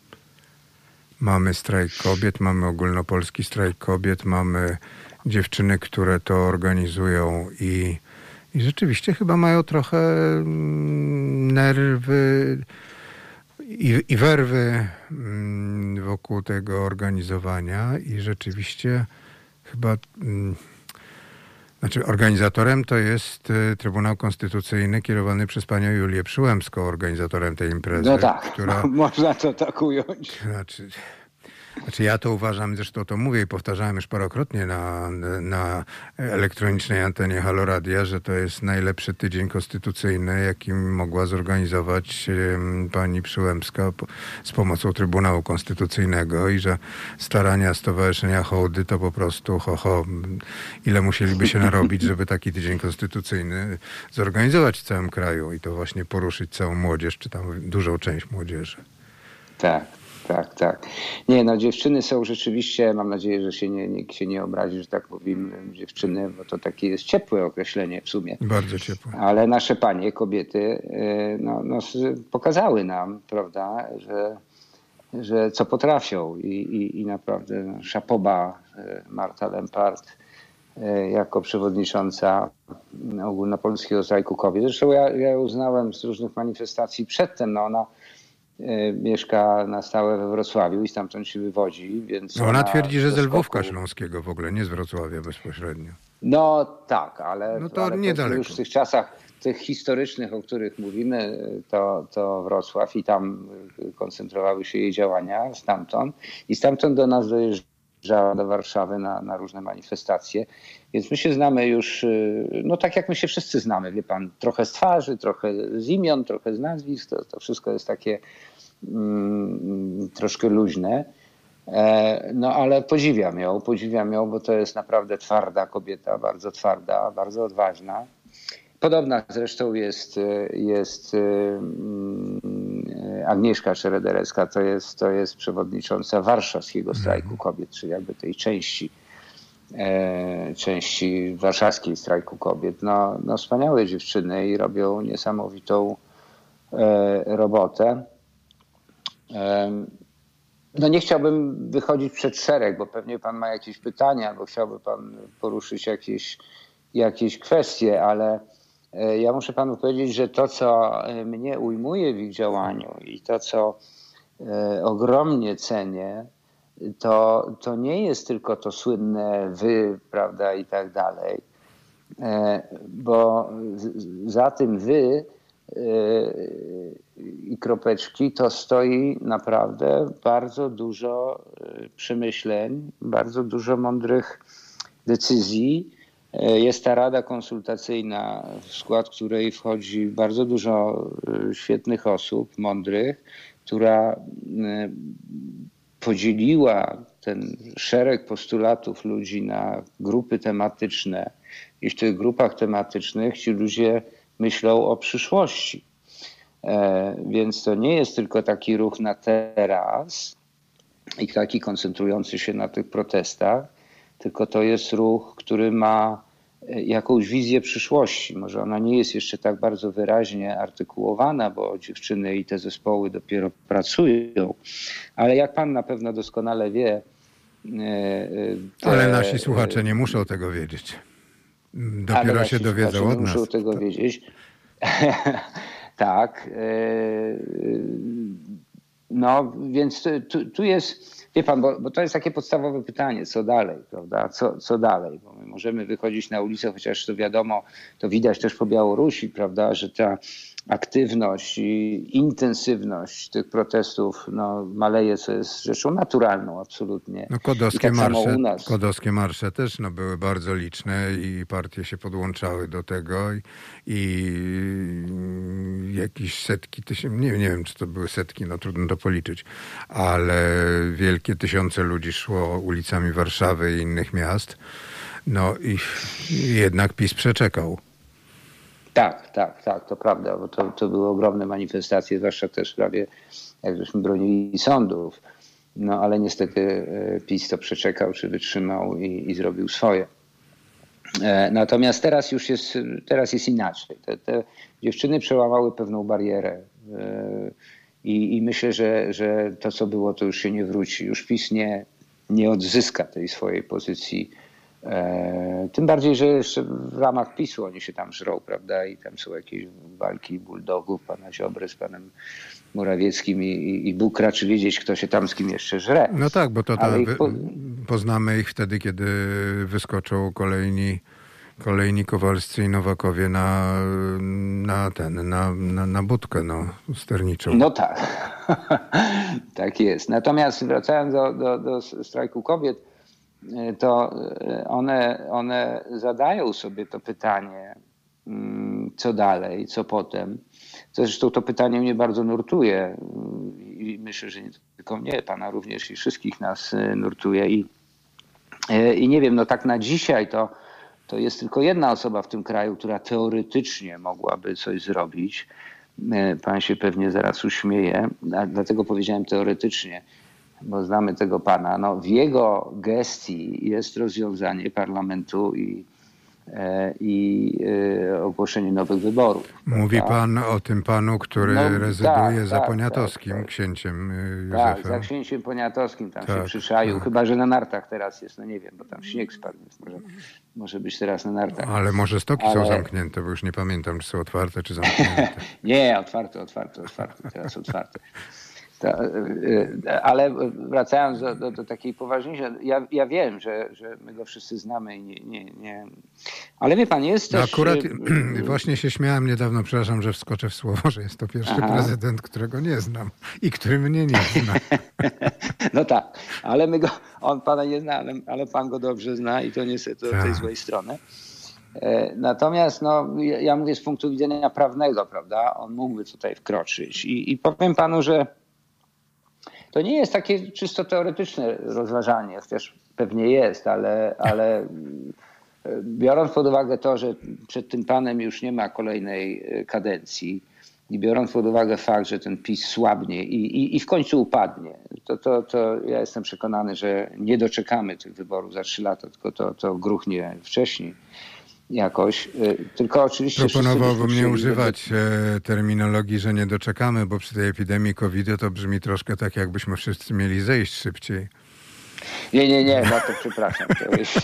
Mamy strajk kobiet, mamy ogólnopolski strajk kobiet, mamy dziewczyny, które to organizują i, i rzeczywiście chyba mają trochę mm, nerwy i, i werwy mm, wokół tego organizowania i rzeczywiście chyba... Mm, Znaczy organizatorem to jest y, Trybunał Konstytucyjny kierowany przez panią Julię Przyłębską, organizatorem tej imprezy. No tak, która, można to tak ująć. znaczy, znaczy ja to uważam, zresztą to mówię i powtarzałem już parokrotnie na, na elektronicznej antenie Halo Radia, że to jest najlepszy tydzień konstytucyjny, jaki mogła zorganizować um, pani Przyłębska po, z pomocą Trybunału Konstytucyjnego i że starania Stowarzyszenia Hołdy to po prostu ho, ho, ile musieliby się narobić, żeby taki tydzień konstytucyjny zorganizować w całym kraju i to właśnie poruszyć całą młodzież, czy tam dużą część młodzieży. Tak. Tak, tak. Nie, no dziewczyny są rzeczywiście, mam nadzieję, że się nie, nikt się nie obrazi, że tak mówimy dziewczyny, bo to takie jest ciepłe określenie w sumie. Bardzo ciepłe. Ale nasze panie, kobiety, no, no, pokazały nam, prawda, że, że co potrafią i, i, i naprawdę szapoba Marta Lempart jako przewodnicząca Ogólnopolskiego Strajku Kobiet. Zresztą ja, ja ją znałem z różnych manifestacji przedtem, no ona mieszka na stałe we Wrocławiu i stamtąd się wywodzi, więc... No ona, ona twierdzi, że z skoku... Lwówka Śląskiego w ogóle, nie z Wrocławia bezpośrednio. No tak, ale, no to ale niedaleko. Już w tych czasach, tych historycznych, o których mówimy, to, to Wrocław i tam koncentrowały się jej działania stamtąd i stamtąd do nas dojeżdżała do Warszawy na, na różne manifestacje. Więc my się znamy już, no tak jak my się wszyscy znamy, wie pan, trochę z twarzy, trochę z imion, trochę z nazwisk, to, to wszystko jest takie mm, troszkę luźne. E, no ale podziwiam ją, podziwiam ją, bo to jest naprawdę twarda kobieta, bardzo twarda, bardzo odważna. Podobna zresztą jest, jest Agnieszka Szerederecka, to jest, to jest przewodnicząca Warszawskiego Strajku Kobiet, czyli jakby tej części, e, części warszawskiej Strajku Kobiet. No, no wspaniałe dziewczyny i robią niesamowitą e, robotę. E, no nie chciałbym wychodzić przed szereg, bo pewnie pan ma jakieś pytania, albo chciałby pan poruszyć jakieś, jakieś kwestie, ale ja muszę panu powiedzieć, że to, co mnie ujmuje w ich działaniu i to, co ogromnie cenię, to, to nie jest tylko to słynne wy, prawda, i tak dalej, bo za tym wy i kropeczki to stoi naprawdę bardzo dużo przemyśleń, bardzo dużo mądrych decyzji. Jest ta rada konsultacyjna, w skład której wchodzi bardzo dużo świetnych osób, mądrych, która podzieliła ten szereg postulatów ludzi na grupy tematyczne i w tych grupach tematycznych ci ludzie myślą o przyszłości. Więc to nie jest tylko taki ruch na teraz i taki koncentrujący się na tych protestach, tylko to jest ruch, który ma jakąś wizję przyszłości. Może ona nie jest jeszcze tak bardzo wyraźnie artykułowana, bo dziewczyny i te zespoły dopiero pracują, ale jak pan na pewno doskonale wie... Te... Ale nasi słuchacze nie muszą tego wiedzieć. Dopiero się dowiedzą od nas. Nie muszą tego wiedzieć. Tak. No, więc tu, tu jest... wie pan, bo, bo to jest takie podstawowe pytanie, co dalej, prawda? Co, co dalej? Bo my możemy wychodzić na ulicę, chociaż to wiadomo, to widać też po Białorusi, prawda, że ta aktywność i intensywność tych protestów no, maleje, co jest rzeczą naturalną absolutnie. No kodowskie, I tak samo marsze, u nas. kodowskie marsze też no, były bardzo liczne i partie się podłączały do tego i, i jakieś setki tysięcy, nie, nie wiem czy to były setki, no trudno to policzyć, ale wielkie tysiące ludzi szło ulicami Warszawy i innych miast. No i, i jednak PiS przeczekał. Tak, tak, tak, to prawda, bo to, to były ogromne manifestacje, zwłaszcza też w sprawie, jak żeśmy bronili sądów. No ale niestety PiS to przeczekał, czy wytrzymał i, i zrobił swoje. Natomiast teraz już jest, teraz jest inaczej. Te, te dziewczyny przełamały pewną barierę i, i myślę, że, że to, co było, to już się nie wróci. Już PiS nie, nie odzyska tej swojej pozycji. E, tym bardziej, że jeszcze w ramach PiSu oni się tam żrą, prawda? I tam są jakieś walki bulldogów, pana Ziobry z panem Morawieckim i, i, i Bóg raczy wiedzieć, kto się tam z kim jeszcze żre. No tak, bo to, to wy, po... poznamy ich wtedy, kiedy wyskoczą kolejni, kolejni Kowalscy i Nowakowie na, na ten, na, na, na budkę no, sterniczą. No tak, tak jest. Natomiast wracając do, do, do strajku kobiet, to one, one zadają sobie to pytanie, co dalej, co potem. Zresztą to pytanie mnie bardzo nurtuje i myślę, że nie tylko mnie, pana również i wszystkich nas nurtuje. I, i nie wiem, no tak na dzisiaj to, to jest tylko jedna osoba w tym kraju, która teoretycznie mogłaby coś zrobić. Pan się pewnie zaraz uśmieje, dlatego powiedziałem teoretycznie, bo znamy tego pana. No, w jego gestii jest rozwiązanie parlamentu i, i ogłoszenie nowych wyborów. Mówi prawda? pan o tym panu, który No, rezyduje tak, za tak, Poniatowskim, tak, tak. księciem Józefem. Tak, za księciem Poniatowskim tam tak, się przyczaił. tak. Chyba że na nartach teraz jest, no nie wiem, bo tam śnieg spadł, więc może, może być teraz na nartach. Ale może stoki Ale... są zamknięte, bo już nie pamiętam, czy są otwarte, czy zamknięte. Nie, otwarte, otwarte, otwarte, teraz otwarte. To, ale wracając do, do, do takiej poważniejszej, ja, ja wiem, że, że my go wszyscy znamy i nie, nie, nie. Ale wie pan, jest No też... akurat właśnie się śmiałem niedawno, przepraszam, że wskoczę w słowo, że jest to pierwszy Aha. prezydent, którego nie znam i który mnie nie zna. No tak, ale my go, on pana nie zna, ale, ale pan go dobrze zna i to niestety od tej złej strony. Natomiast no, ja, ja mówię z punktu widzenia prawnego, prawda, on mógłby tutaj wkroczyć i, i powiem panu, że to nie jest takie czysto teoretyczne rozważanie, chociaż pewnie jest, ale, ale biorąc pod uwagę to, że przed tym panem już nie ma kolejnej kadencji i biorąc pod uwagę fakt, że ten PiS słabnie i, i, i w końcu upadnie, to, to, to ja jestem przekonany, że nie doczekamy tych wyborów za trzy lata, tylko to, to gruchnie wcześniej. Jakoś, tylko oczywiście... Proponowałbym nie używać e, terminologii, że nie doczekamy, bo przy tej epidemii kowida to brzmi troszkę tak, jakbyśmy wszyscy mieli zejść szybciej. Nie, nie, nie, no to przepraszam. To jest...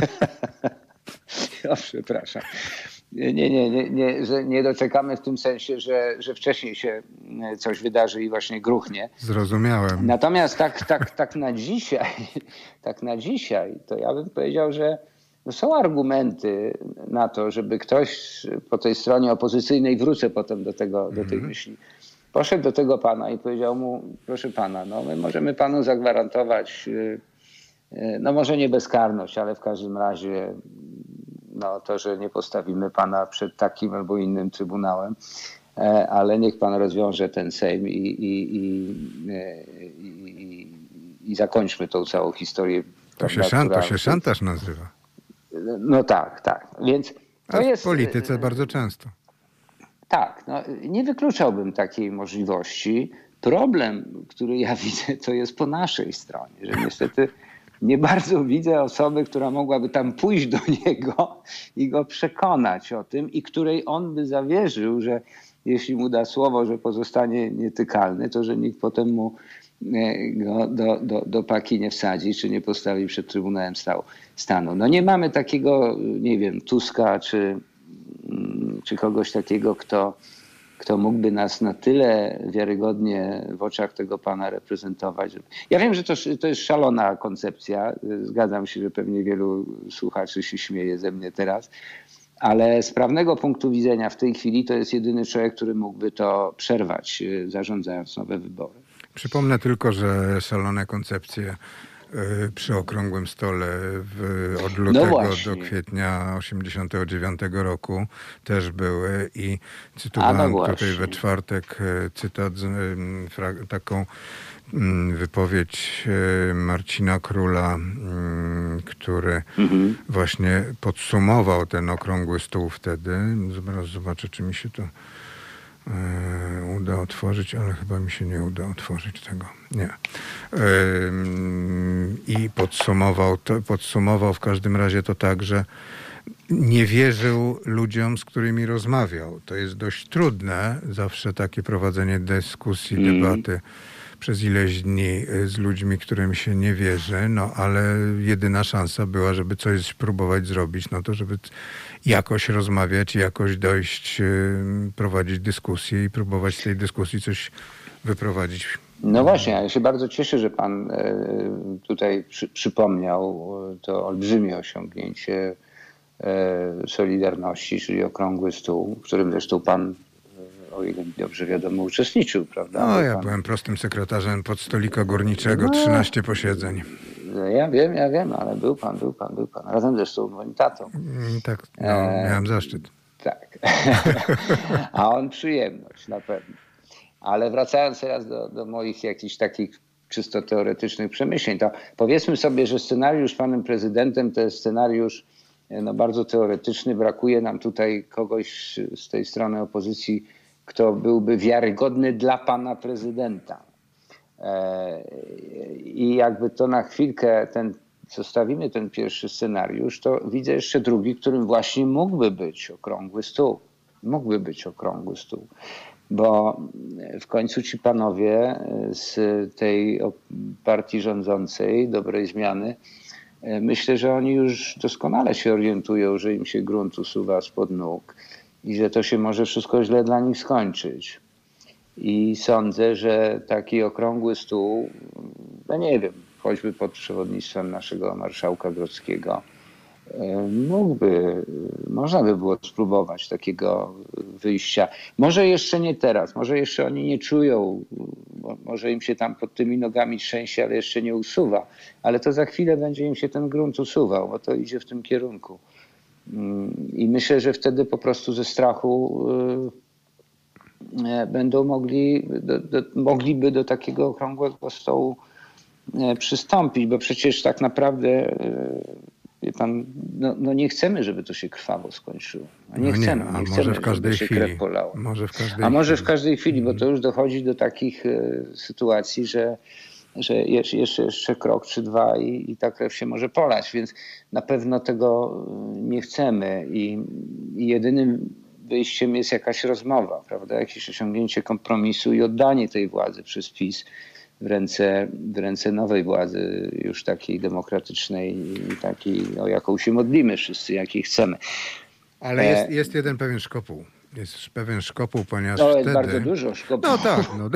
o, przepraszam. Nie, nie, nie, nie, że nie doczekamy w tym sensie, że, że wcześniej się coś wydarzy i właśnie gruchnie. Zrozumiałem. Natomiast tak, tak, tak na dzisiaj, tak na dzisiaj, to ja bym powiedział, że no są argumenty na to, żeby ktoś po tej stronie opozycyjnej, wrócę potem do tego, do tej myśli, poszedł do tego pana i powiedział mu, proszę pana, no my możemy panu zagwarantować, no może nie bezkarność, ale w każdym razie no to, że nie postawimy pana przed takim albo innym trybunałem, ale niech pan rozwiąże ten Sejm i, i, i, i, i zakończmy tą całą historię. To się, szan, to się szantaż nazywa. No tak, tak. Więc to A w jest... polityce bardzo często. Tak, no, nie wykluczałbym takiej możliwości. Problem, który ja widzę, to jest po naszej stronie, że niestety nie bardzo widzę osoby, która mogłaby tam pójść do niego i go przekonać o tym i której on by zawierzył, że jeśli mu da słowo, że pozostanie nietykalny, to że nikt potem mu go do, do, do paki nie wsadzi, czy nie postawi przed Trybunałem Stanu. No nie mamy takiego, nie wiem, Tuska, czy, czy kogoś takiego, kto, kto mógłby nas na tyle wiarygodnie w oczach tego pana reprezentować. Ja wiem, że to, to jest szalona koncepcja. Zgadzam się, że pewnie wielu słuchaczy się śmieje ze mnie teraz. Ale z prawnego punktu widzenia w tej chwili to jest jedyny człowiek, który mógłby to przerwać, zarządzając nowe wybory. Przypomnę tylko, że szalone koncepcje przy okrągłym stole w, od lutego no do kwietnia osiemdziesiątego dziewiątego roku też były i cytowałem no tutaj we czwartek cytat, taką wypowiedź Marcina Króla, który mhm. właśnie podsumował ten okrągły stół wtedy. Zaraz zobaczę, czy mi się to uda otworzyć, ale chyba mi się nie uda otworzyć tego. Nie. I podsumował, to, podsumował w każdym razie to tak, że nie wierzył ludziom, z którymi rozmawiał. To jest dość trudne, zawsze takie prowadzenie dyskusji, mm. debaty przez ileś dni z ludźmi, którym się nie wierzy, no ale jedyna szansa była, żeby coś próbować zrobić, no to żeby jakoś rozmawiać, jakoś dojść, prowadzić dyskusję i próbować z tej dyskusji coś wyprowadzić. No właśnie, ja się bardzo cieszę, że pan tutaj przy, przypomniał to olbrzymie osiągnięcie Solidarności, czyli okrągły stół, w którym zresztą pan, o ile mi dobrze wiadomo, uczestniczył, prawda? No, ja pan... byłem prostym sekretarzem podstolika górniczego, no, trzynaście posiedzeń. Ja wiem, ja wiem, ale był pan, był pan, był pan. Razem zresztą z moim tatą. Tak, no, miałem zaszczyt. Tak. A on przyjemność, na pewno. Ale wracając teraz do, do moich jakichś takich czysto teoretycznych przemyśleń, to powiedzmy sobie, że scenariusz z panem prezydentem to jest scenariusz no, bardzo teoretyczny. Brakuje nam tutaj kogoś z tej strony opozycji, kto byłby wiarygodny dla pana prezydenta. I jakby to na chwilkę ten, zostawimy ten pierwszy scenariusz, to widzę jeszcze drugi, którym właśnie mógłby być okrągły stół. Mógłby być okrągły stół. Bo w końcu ci panowie z tej partii rządzącej, dobrej zmiany, myślę, że oni już doskonale się orientują, że im się grunt usuwa spod nóg i że to się może wszystko źle dla nich skończyć. I sądzę, że taki okrągły stół, no nie wiem, choćby pod przewodnictwem naszego marszałka Grodzkiego, mógłby, można by było spróbować takiego wyjścia. Może jeszcze nie teraz, może jeszcze oni nie czują, może im się tam pod tymi nogami trzęsie, ale jeszcze nie usuwa, ale to za chwilę będzie im się ten grunt usuwał, bo to idzie w tym kierunku. I myślę, że wtedy po prostu ze strachu będą mogli, do, do, mogliby do takiego okrągłego stołu przystąpić, bo przecież tak naprawdę wie pan, no, no nie chcemy, żeby to się krwawo skończyło. No nie, no nie chcemy, nie chcemy, może w każdej żeby się chwili. krew polała. Może w każdej a może chwili. w każdej chwili, bo to już dochodzi do takich y, sytuacji, że, że jeszcze, jeszcze, jeszcze krok czy dwa i, i ta krew się może polać, więc na pewno tego nie chcemy i, i jedynym wyjściem jest jakaś rozmowa, prawda? Jakieś osiągnięcie kompromisu i oddanie tej władzy przez PiS w ręce, w ręce nowej władzy, już takiej demokratycznej i takiej, o jaką się modlimy wszyscy, jakiej chcemy. Ale jest, jest jeden pewien szkopuł. Jest pewien szkopuł, ponieważ no, wtedy... jest bardzo dużo szkopuł. No tak. No.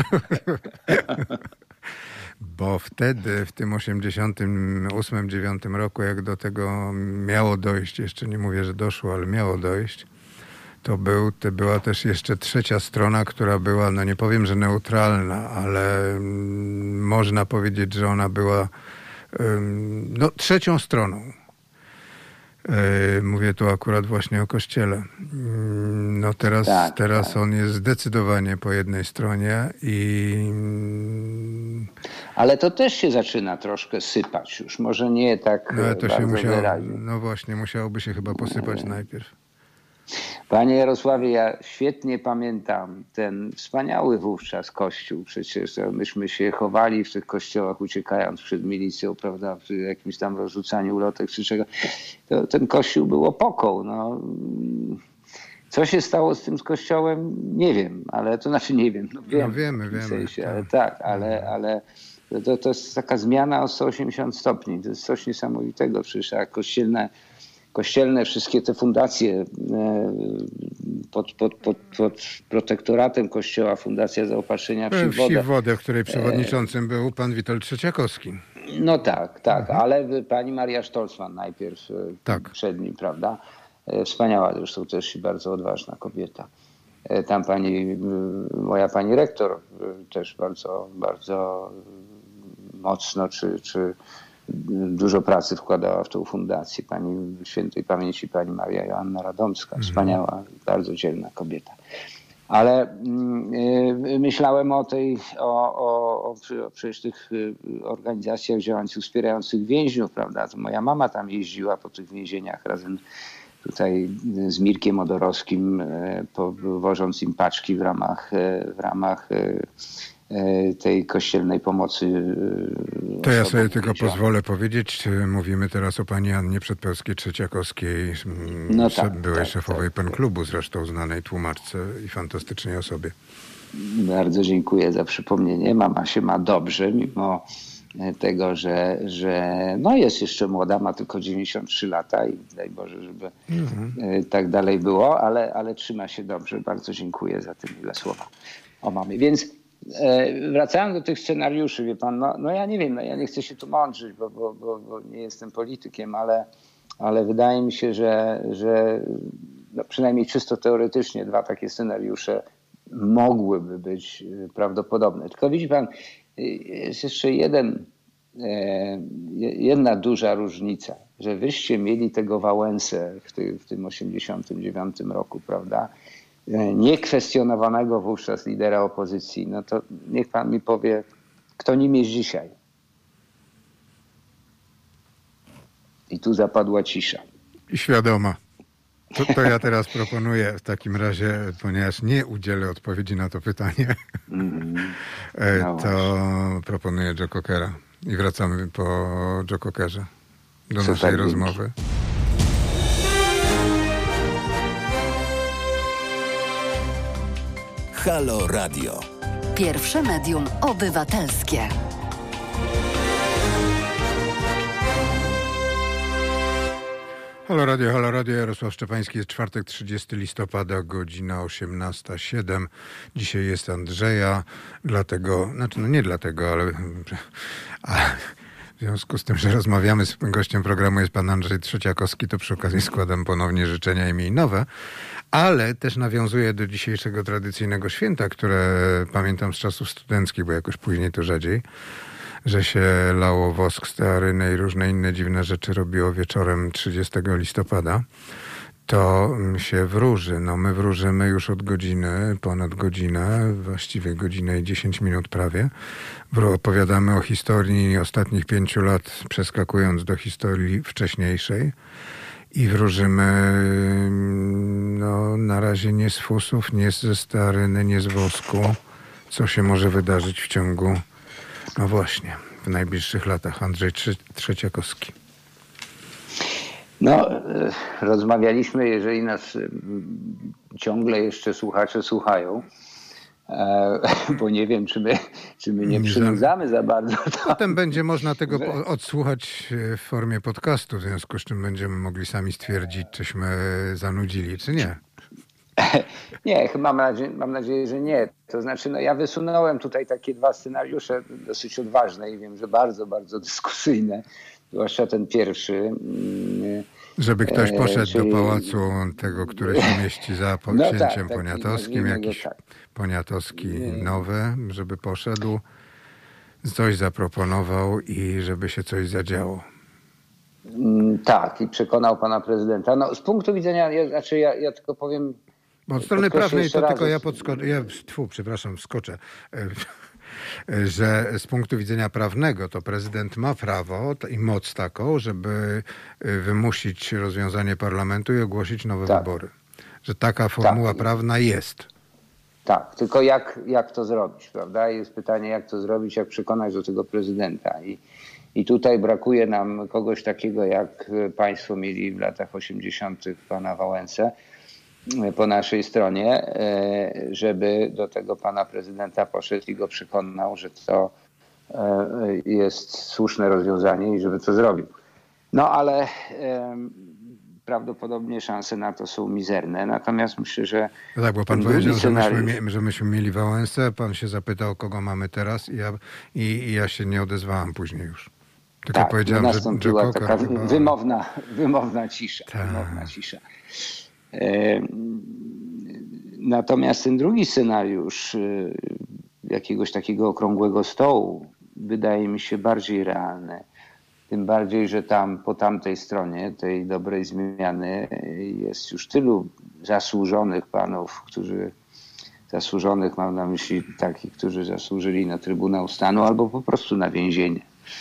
Bo wtedy, w tym osiemdziesiątym ósmym dziewiątym roku, jak do tego miało dojść, jeszcze nie mówię, że doszło, ale miało dojść, to był, to była też jeszcze trzecia strona, która była, no nie powiem, że neutralna, ale mm, można powiedzieć, że ona była ym, no, trzecią stroną. Yy, mówię tu akurat właśnie o Kościele. Yy, no teraz, tak, teraz tak. on jest zdecydowanie po jednej stronie i... Ale to też się zaczyna troszkę sypać już. Może nie tak no, to bardzo się musiało, wyraźnie. no właśnie, musiałoby się chyba posypać najpierw. Panie Jarosławie, ja świetnie pamiętam ten wspaniały wówczas kościół. Przecież myśmy się chowali w tych kościołach, uciekając przed milicją, prawda, przy jakimś tam rozrzucaniu ulotek czy czego. To, ten kościół był opoką. No. Co się stało z tym z kościołem? Nie wiem, ale to znaczy nie wiem. No, wiem, no wiemy, wiemy. Sensie, ale tak, ale, ale to, to jest taka zmiana o sto osiemdziesiąt stopni. To jest coś niesamowitego. Przecież jak kościelne Kościelne, wszystkie te fundacje pod, pod, pod, pod protektoratem Kościoła Fundacja Zaopatrzenia Wsi w Wsi Wodę. w Wodę, w której przewodniczącym był pan Witold Trzeciakowski. No tak, tak, mhm. ale pani Maria Stolzmann najpierw tak. przed nim, prawda? Wspaniała zresztą też i bardzo odważna kobieta. Tam pani, moja pani rektor też bardzo, bardzo mocno, czy, czy dużo pracy wkładała w tą fundację. Pani świętej pamięci pani Maria Joanna Radomska, wspaniała, mhm. bardzo dzielna kobieta. Ale y, myślałem o tej, o, o, o, o przecież tych organizacjach działających, wspierających więźniów, prawda? To moja mama tam jeździła po tych więzieniach razem tutaj z Mirkiem Odorowskim, po, wożąc im paczki w ramach, w ramach tej kościelnej pomocy. To ja sobie tylko pozwolę powiedzieć, mówimy teraz o pani Annie Przedpełskiej-Trzeciakowskiej, no tak, byłej tak, szefowej tak, Pen Klubu, zresztą znanej tłumaczce i fantastycznej osobie. Bardzo dziękuję za przypomnienie. Mama się ma dobrze, mimo tego, że, że no jest jeszcze młoda, ma tylko dziewięćdziesiąt trzy lata i daj Boże, żeby mhm. tak dalej było, ale, ale trzyma się dobrze. Bardzo dziękuję za te miłe słowa o mamie. Więc e, wracając do tych scenariuszy, wie pan, no, no ja nie wiem, no ja nie chcę się tu mądrzyć, bo, bo, bo, bo nie jestem politykiem, ale, ale wydaje mi się, że, że no przynajmniej czysto teoretycznie dwa takie scenariusze mogłyby być prawdopodobne. Tylko widzi pan, jest jeszcze jeden, jedna duża różnica, że wyście mieli tego Wałęsę w, ty, w tym osiemdziesiątym dziewiątym roku, prawda? Niekwestionowanego wówczas lidera opozycji. No to niech pan mi powie, kto nim jest dzisiaj? I tu zapadła cisza. I świadoma. To, to ja teraz proponuję w takim razie, ponieważ nie udzielę odpowiedzi na to pytanie, mm, no to właśnie. Proponuję Joe Cockera i wracamy po Joe Cockerze do Co naszej tak rozmowy. Halo Radio. Pierwsze medium obywatelskie. Halo Radio, Halo Radio, Jarosław Szczepański, jest czwartek, trzydziestego listopada, godzina osiemnasta siedem. Dzisiaj jest Andrzeja, dlatego, znaczy no nie dlatego, ale a, w związku z tym, że rozmawiamy z gościem programu, jest pan Andrzej Trzeciakowski, to przy okazji składam ponownie życzenia imieninowe, ale też nawiązuję do dzisiejszego tradycyjnego święta, które pamiętam z czasów studenckich, bo jakoś później to rzadziej, że się lało wosk, stearynę i różne inne dziwne rzeczy robiło wieczorem trzydziestego listopada, to się wróży. No my wróżymy już od godziny, ponad godzinę, właściwie godzinę i dziesięć minut prawie. Opowiadamy o historii ostatnich pięciu lat, przeskakując do historii wcześniejszej. I wróżymy no, na razie nie z fusów, nie ze stearyny, nie z wosku, co się może wydarzyć w ciągu No właśnie, w najbliższych latach. Andrzej Trzeciakowski. No, rozmawialiśmy, jeżeli nas ciągle jeszcze słuchacze słuchają, bo nie wiem, czy my, czy my nie, nie przynudzamy za bardzo. To, Potem będzie można tego że... odsłuchać w formie podcastu, w związku z czym będziemy mogli sami stwierdzić, czyśmy zanudzili, czy nie. Nie, mam nadzieję, mam nadzieję, że nie. To znaczy, no ja wysunąłem tutaj takie dwa scenariusze dosyć odważne i wiem, że bardzo, bardzo dyskusyjne. Zwłaszcza ten pierwszy. Żeby ktoś poszedł e, czyli... do pałacu tego, który się mieści za księciem no tak, Poniatowskim, jakiś tak. Poniatowski nowy, żeby poszedł, coś zaproponował i żeby się coś zadziało. Tak, i przekonał pana prezydenta. No, z punktu widzenia, ja, znaczy ja, ja tylko powiem... Bo od strony prawnej to tylko ja podskoczę, ja tfu, przepraszam, skoczę, że z punktu widzenia prawnego to prezydent ma prawo i moc taką, żeby wymusić rozwiązanie parlamentu i ogłosić nowe tak. wybory. Że taka formuła tak. prawna jest. Tak, tylko jak, jak to zrobić, prawda? Jest pytanie, jak to zrobić, jak przekonać do tego prezydenta. I, i tutaj brakuje nam kogoś takiego, jak państwo mieli w latach osiemdziesiątych pana Wałęsę po naszej stronie, żeby do tego pana prezydenta poszedł i go przekonał, że to jest słuszne rozwiązanie i żeby to zrobił. No ale prawdopodobnie szanse na to są mizerne. Natomiast myślę, że... No tak, bo pan ten powiedział, drugi że myśmy, scenariusz- mie- że myśmy mieli Wałęsę, pan się zapytał, kogo mamy teraz i ja, i, i ja się nie odezwałam później już. Tylko Tak, powiedziałem, że, że nastąpiła Kokar taka chyba... wymowna, wymowna cisza. Tak. Wymowna cisza. E, Natomiast ten drugi scenariusz y, jakiegoś takiego okrągłego stołu wydaje mi się bardziej realny. Tym bardziej, że tam po tamtej stronie tej dobrej zmiany jest już tylu zasłużonych panów, którzy zasłużonych mam na myśli takich, którzy zasłużyli na Trybunał Stanu albo po prostu na więzienie.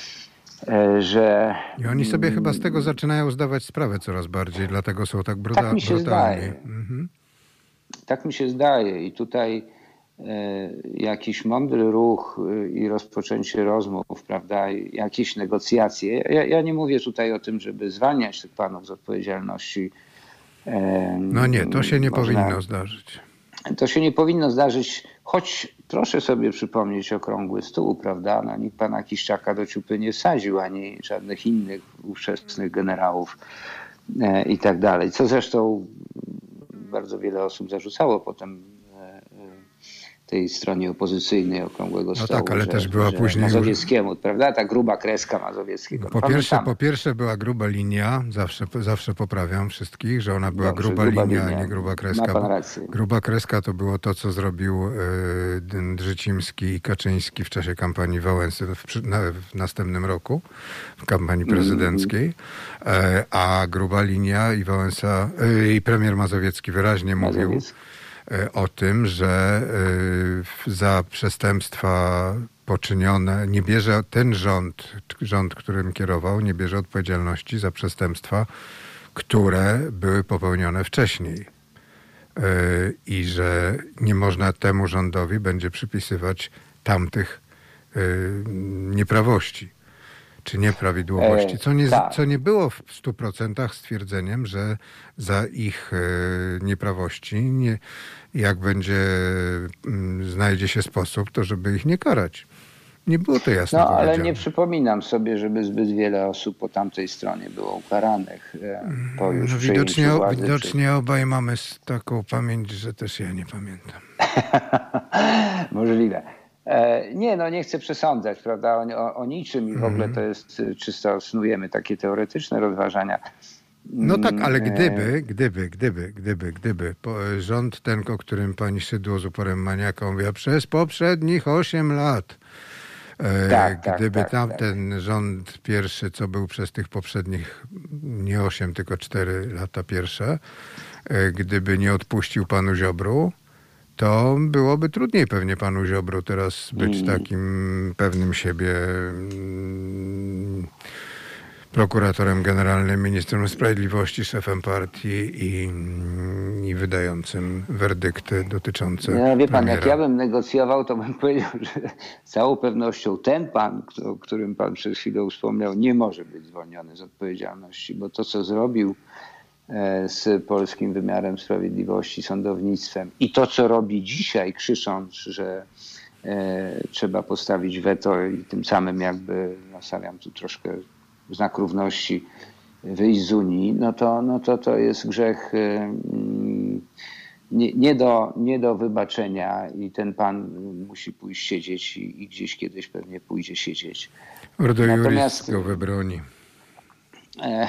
E, Że I oni sobie chyba z tego zaczynają zdawać sprawę coraz bardziej, dlatego są tak bruta- Tak mi się brutalni. zdaje. Mhm. Tak mi się zdaje i tutaj e, jakiś mądry ruch e, i rozpoczęcie rozmów, prawda, i jakieś negocjacje. Ja, ja nie mówię tutaj o tym, żeby zwalniać tych panów z odpowiedzialności. E, No nie, to się nie można- powinno zdarzyć. To się nie powinno zdarzyć, choć proszę sobie przypomnieć okrągły stół, prawda? No, nikt pana Kiszczaka do ciupy nie wsadził, ani żadnych innych ówczesnych generałów e, i tak dalej. Co zresztą bardzo wiele osób zarzucało potem e, e, tej stronie opozycyjnej okrągłego No stołu. tak, ale że, też była że później już- Mazowieckiemu, prawda? Ta gruba kreska Mazowieckiego. Po pierwsze, Pamiętamy. po pierwsze była gruba linia, zawsze, zawsze poprawiam wszystkich, że ona była Dobrze, gruba, gruba linia, linia. a nie gruba Ma kreska. pan bo rację. Gruba kreska to było to, co zrobił e, Drzycimski i Kaczyński w czasie kampanii Wałęsy w, przy- na, w następnym roku, w kampanii prezydenckiej, e, a gruba linia i Wałęsa e, i premier Mazowiecki wyraźnie mówił Mazowiecki. e, o tym, że e, za przestępstwa poczynione, nie bierze ten rząd, rząd, którym kierował, nie bierze odpowiedzialności za przestępstwa, które były popełnione wcześniej. Yy, I że nie można temu rządowi będzie przypisywać tamtych yy, nieprawości czy nieprawidłowości, co nie, tak. co nie było w stu procentach stwierdzeniem, że za ich yy, nieprawości, nie, jak będzie, yy, znajdzie się sposób, to żeby ich nie karać. Nie było to jasno No, ale powiedziane. nie przypominam sobie, żeby zbyt wiele osób po tamtej stronie było ukaranych e, po już No, przejęciu widocznie, władzy. widocznie obaj mamy s- taką pamięć, że też ja nie pamiętam. Możliwe. E, nie, no nie chcę przesądzać, prawda, o, o, o niczym i w ogóle to jest e, czysto snujemy takie teoretyczne rozważania. No tak, ale Mm, gdyby, gdyby, gdyby, gdyby, gdyby po, rząd ten, o którym pani Szydło z uporem maniaka mówiła, przez poprzednich osiem lat, e, Tak, tak, gdyby tak, tamten rząd pierwszy, co był przez tych poprzednich nie osiem, tylko cztery lata pierwsze, e, gdyby nie odpuścił panu Ziobru, to byłoby trudniej pewnie panu Ziobru teraz być Mm. takim pewnym siebie mm, prokuratorem generalnym, ministrem sprawiedliwości, szefem partii i, i wydającym werdykty dotyczące No wie pan, jak premiera. ja bym negocjował, to bym powiedział, że z całą pewnością ten pan, o którym pan przed chwilą wspomniał, nie może być zwolniony z odpowiedzialności, bo to, co zrobił e, z polskim wymiarem sprawiedliwości, sądownictwem i to, co robi dzisiaj, krzycząc, że e, trzeba postawić weto i tym samym jakby, no, stawiam tu troszkę znak równości, wyjść z Unii, no to, no to, to jest grzech e, Nie, nie, do, nie do wybaczenia i ten pan musi pójść siedzieć i, i gdzieś kiedyś pewnie pójdzie siedzieć. Ordo Natomiast- Juris go wybroni. E,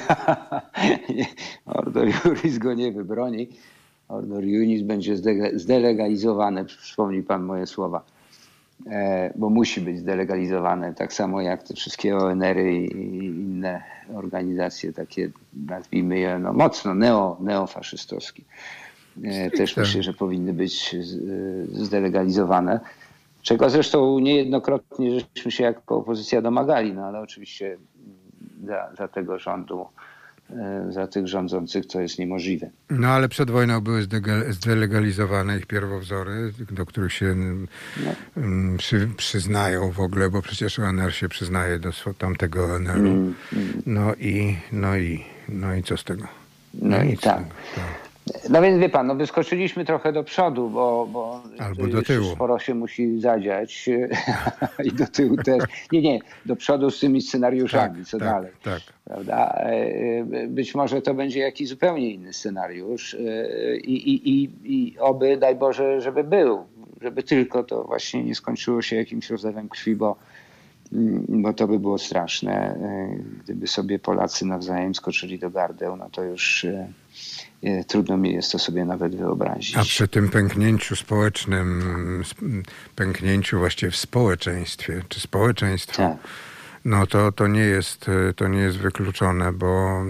Ordo Juris go nie wybroni. Ordo Juris będzie zdele- zdelegalizowane, przypomni pan moje słowa, e, bo musi być zdelegalizowane, tak samo jak te wszystkie O N R-y i inne organizacje takie, nazwijmy je, no, mocno neo, neofaszystowskie. E, Też Tak. myślę, że powinny być z- zdelegalizowane. Czego zresztą niejednokrotnie żeśmy się jako opozycja domagali, no ale oczywiście za, za tego rządu, e, za tych rządzących to jest niemożliwe. No ale przed wojną były zdege- zdelegalizowane ich pierwowzory, do których się No. mm, przy, przyznają w ogóle, bo przecież O N R się przyznaje do swo- tamtego O N R-u. Mm, No i, no i, no i co z tego? No i nic z tak. tego, tak. No więc wie pan, no wyskoczyliśmy trochę do przodu, bo, bo Albo do tyłu. sporo się musi zadziać i do tyłu też. Nie, nie, do przodu z tymi scenariuszami, Tak, co tak, dalej. tak. Prawda? Być może to będzie jakiś zupełnie inny scenariusz i, i, i, i oby, daj Boże, żeby był, żeby tylko to właśnie nie skończyło się jakimś rozlewem krwi, bo bo to by było straszne. Gdyby sobie Polacy nawzajem skoczyli do gardeł, no to już trudno mi jest to sobie nawet wyobrazić. A przy tym pęknięciu społecznym, pęknięciu właściwie w społeczeństwie, czy społeczeństwo, Tak. no to, to, nie jest, to nie jest wykluczone, bo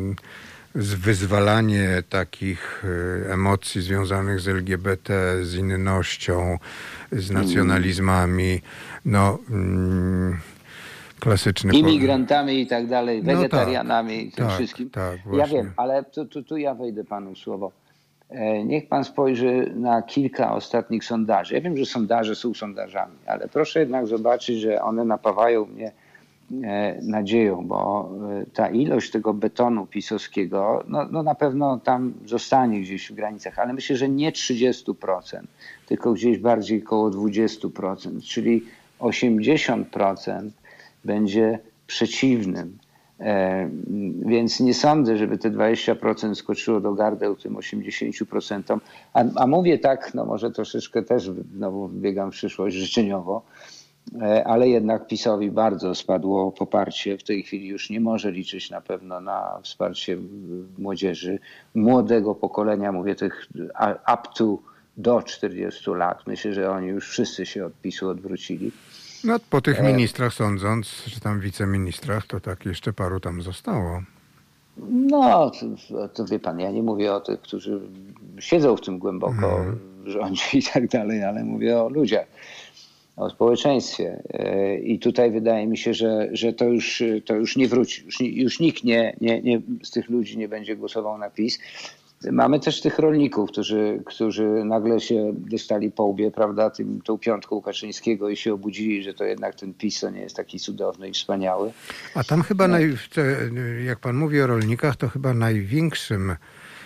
wyzwalanie takich emocji związanych z L G B T, z innością, z nacjonalizmami, no mm, klasyczny... Imigrantami i tak dalej, No wegetarianami i tak, tym tak, wszystkim. tak, ja właśnie. wiem, ale tu, tu, tu ja wejdę panu w słowo. Niech pan spojrzy na kilka ostatnich sondaży. Ja wiem, że sondaże są sondażami, ale proszę jednak zobaczyć, że one napawają mnie nadzieją, bo ta ilość tego betonu pisowskiego, no, no na pewno tam zostanie gdzieś w granicach, ale myślę, że nie trzydzieści procent, tylko gdzieś bardziej koło dwadzieścia procent, czyli osiemdziesiąt procent będzie przeciwnym. E, więc nie sądzę, żeby te dwadzieścia procent skoczyło do gardeł tym osiemdziesięciu procentom. A, a mówię tak, no może troszeczkę też znowu wbiegam w przyszłość życzeniowo, ale jednak PiS-owi bardzo spadło poparcie. W tej chwili już nie może liczyć na pewno na wsparcie młodzieży, młodego pokolenia, mówię tych up to do czterdziestu lat. Myślę, że oni już wszyscy się od PiS-u odwrócili. No po tych ministrach sądząc, czy tam wiceministrach, to tak jeszcze paru tam zostało. No, to, to wie pan, ja nie mówię o tych, którzy siedzą w tym głęboko mm. w rządzie i tak dalej, ale mówię o ludziach. O społeczeństwie. I tutaj wydaje mi się, że, że to, już, to już nie wróci. Już, już nikt nie, nie, nie, z tych ludzi nie będzie głosował na PiS. Mamy też tych rolników, którzy, którzy nagle się dostali po łbie, prawda, tym, tą piątką Kaczyńskiego i się obudzili, że to jednak ten PiS to nie jest taki cudowny i wspaniały. A tam chyba, no. naj, jak pan mówi o rolnikach, to chyba największym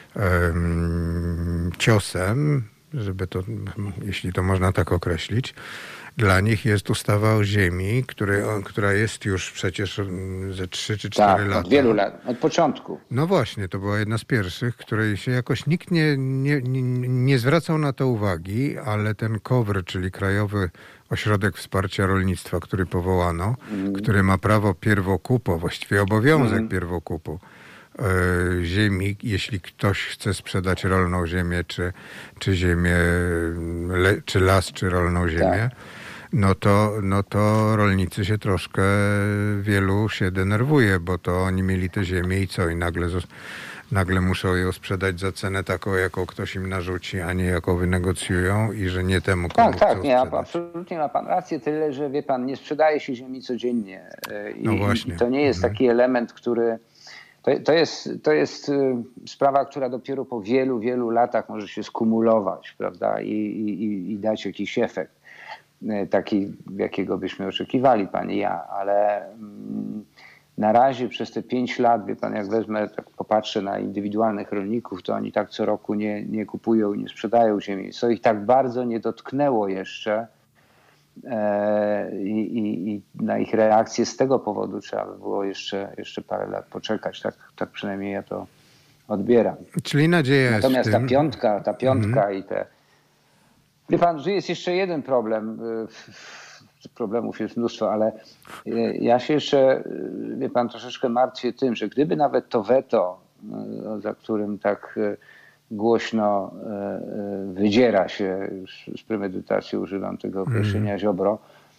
um, ciosem, żeby to, jeśli to można tak określić, dla nich jest ustawa o ziemi, który, która jest już przecież ze trzy czy cztery tak, lata. Od wielu lat, od początku. No właśnie, to była jedna z pierwszych, której się jakoś nikt nie, nie, nie, nie zwracał na to uwagi, ale ten KOWR, czyli Krajowy Ośrodek Wsparcia Rolnictwa, który powołano, mm. który ma prawo pierwokupu, właściwie obowiązek mm. pierwokupu e, ziemi, jeśli ktoś chce sprzedać rolną ziemię, czy, czy ziemię, le, czy las, czy rolną ziemię, tak. No to, no to rolnicy się troszkę, wielu się denerwuje, bo to oni mieli tę ziemię i co? I nagle, nagle muszą ją sprzedać za cenę taką, jaką ktoś im narzuci, a nie jaką wynegocjują i że nie temu, komu Tak, tak, chcą nie, sprzedać. Absolutnie ma pan rację, tyle, że wie pan, nie sprzedaje się ziemi codziennie. I, no właśnie. I to nie jest taki mhm. element, który... To, to, jest, to jest sprawa, która dopiero po wielu, wielu latach może się skumulować, prawda, i, i, i dać jakiś efekt. Taki, jakiego byśmy oczekiwali, pan i ja, ale na razie przez te pięć lat, wie pan, jak wezmę, tak popatrzę na indywidualnych rolników, to oni tak co roku nie, nie kupują, nie sprzedają ziemi, co ich tak bardzo nie dotknęło jeszcze e, i, i na ich reakcję z tego powodu trzeba by było jeszcze, jeszcze parę lat poczekać, tak, tak przynajmniej ja to odbieram. Czyli nadzieja jest Natomiast w tym... ta piątka, ta piątka mm. i te... Wie pan, że jest jeszcze jeden problem, problemów jest mnóstwo, ale ja się jeszcze, wie pan, troszeczkę martwię tym, że gdyby nawet to weto, za którym tak głośno wydziera się, już z premedytacją używam tego określenia mm. Ziobro,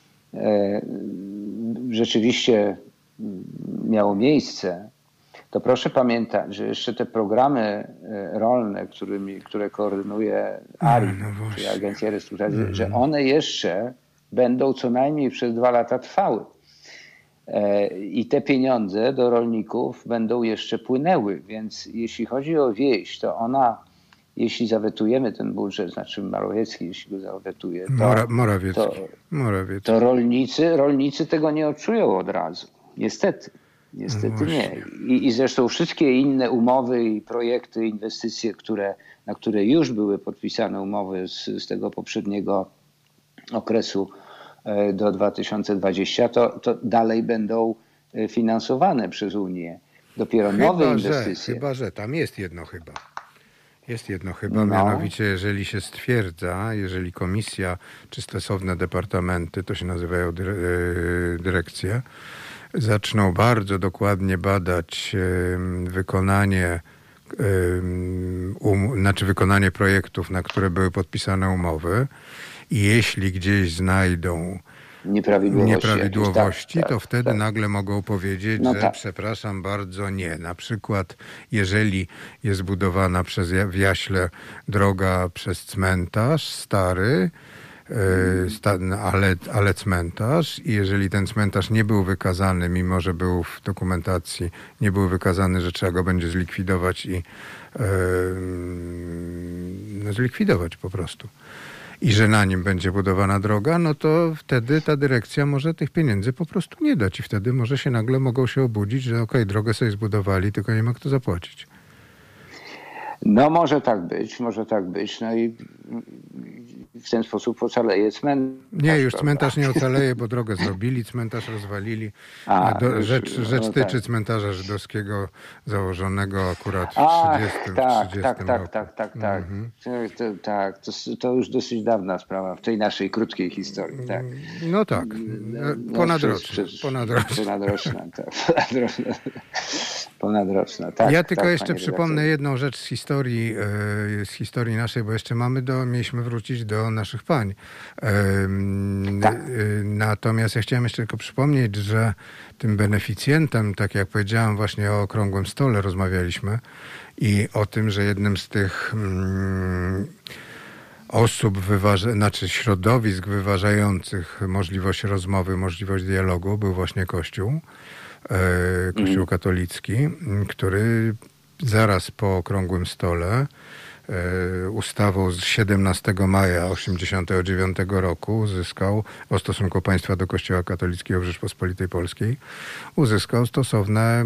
rzeczywiście miało miejsce, to proszę pamiętać, że jeszcze te programy rolne, którymi, które koordynuje A R I, no czyli Agencja Restrukturyzacji, mm. że one jeszcze będą co najmniej przez dwa lata trwały. I te pieniądze do rolników będą jeszcze płynęły. Więc jeśli chodzi o wieś, to ona, jeśli zawetujemy ten budżet, znaczy Morawiecki, jeśli go zawetuje, to, Mora, Morawiecki. to, Morawiecki. to rolnicy, rolnicy tego nie odczują od razu. Niestety. Niestety nie. I, I zresztą wszystkie inne umowy i projekty, inwestycje, które, na które już były podpisane umowy z, z tego poprzedniego okresu do dwa tysiące dwudziestego, to, to dalej będą finansowane przez Unię. Dopiero Chyba, nowe że, inwestycje. chyba, że tam jest jedno chyba. Jest jedno chyba, No. mianowicie jeżeli się stwierdza, jeżeli komisja czy stosowne departamenty, to się nazywają dyre, dyrekcje, zaczną bardzo dokładnie badać wykonanie, um, znaczy wykonanie projektów, na które były podpisane umowy i jeśli gdzieś znajdą Nieprawidłowości, nieprawidłowości jakieś, tak, to tak, wtedy tak. nagle mogą powiedzieć, No że tak. przepraszam bardzo, nie. Na przykład jeżeli jest budowana przez Ja- w Jaśle droga przez cmentarz stary, yy, sta, ale, ale cmentarz i jeżeli ten cmentarz nie był wykazany, mimo że był w dokumentacji, nie był wykazany, że trzeba go będzie zlikwidować i yy, no, zlikwidować po prostu. I że na nim będzie budowana droga, no to wtedy ta dyrekcja może tych pieniędzy po prostu nie dać i wtedy może się nagle mogą się obudzić, że okej, okay, drogę sobie zbudowali, tylko nie ma kto zapłacić. No może tak być, może tak być. No i w ten sposób ocaleje cmentarz. Nie, już prawda? cmentarz nie ocaleje, bo drogę zrobili, cmentarz rozwalili. A, Do, już, rzecz no rzecz tak. tyczy cmentarza żydowskiego założonego akurat w Ach, trzydziestym, tak, trzydziestym tak, roku. tak, tak, tak, tak. Mhm. To, to, tak to, to już dosyć dawna sprawa w tej naszej krótkiej historii. Tak. No tak, No, ponadroczna. przez- przez- ponadroczna. Ponadroczna, tak. Ponadroczna. Ponadroczna, tak. Ja tylko tak, jeszcze panie przypomnę redaktorze. jedną rzecz z historii, e, z historii naszej, bo jeszcze mamy do, mieliśmy wrócić do naszych pań. Em, Tak. e, Natomiast ja chciałem jeszcze tylko przypomnieć, że tym beneficjentem, tak jak powiedziałem, właśnie o okrągłym stole rozmawialiśmy i o tym, że jednym z tych mm, osób, wyważa, znaczy środowisk wyważających możliwość rozmowy, możliwość dialogu był właśnie Kościół. Kościół katolicki, który zaraz po okrągłym stole ustawą z siedemnastego maja tysiąc dziewięćset osiemdziesiątego dziewiątego roku uzyskał, o stosunku państwa do Kościoła katolickiego w Rzeczpospolitej Polskiej, uzyskał stosowne,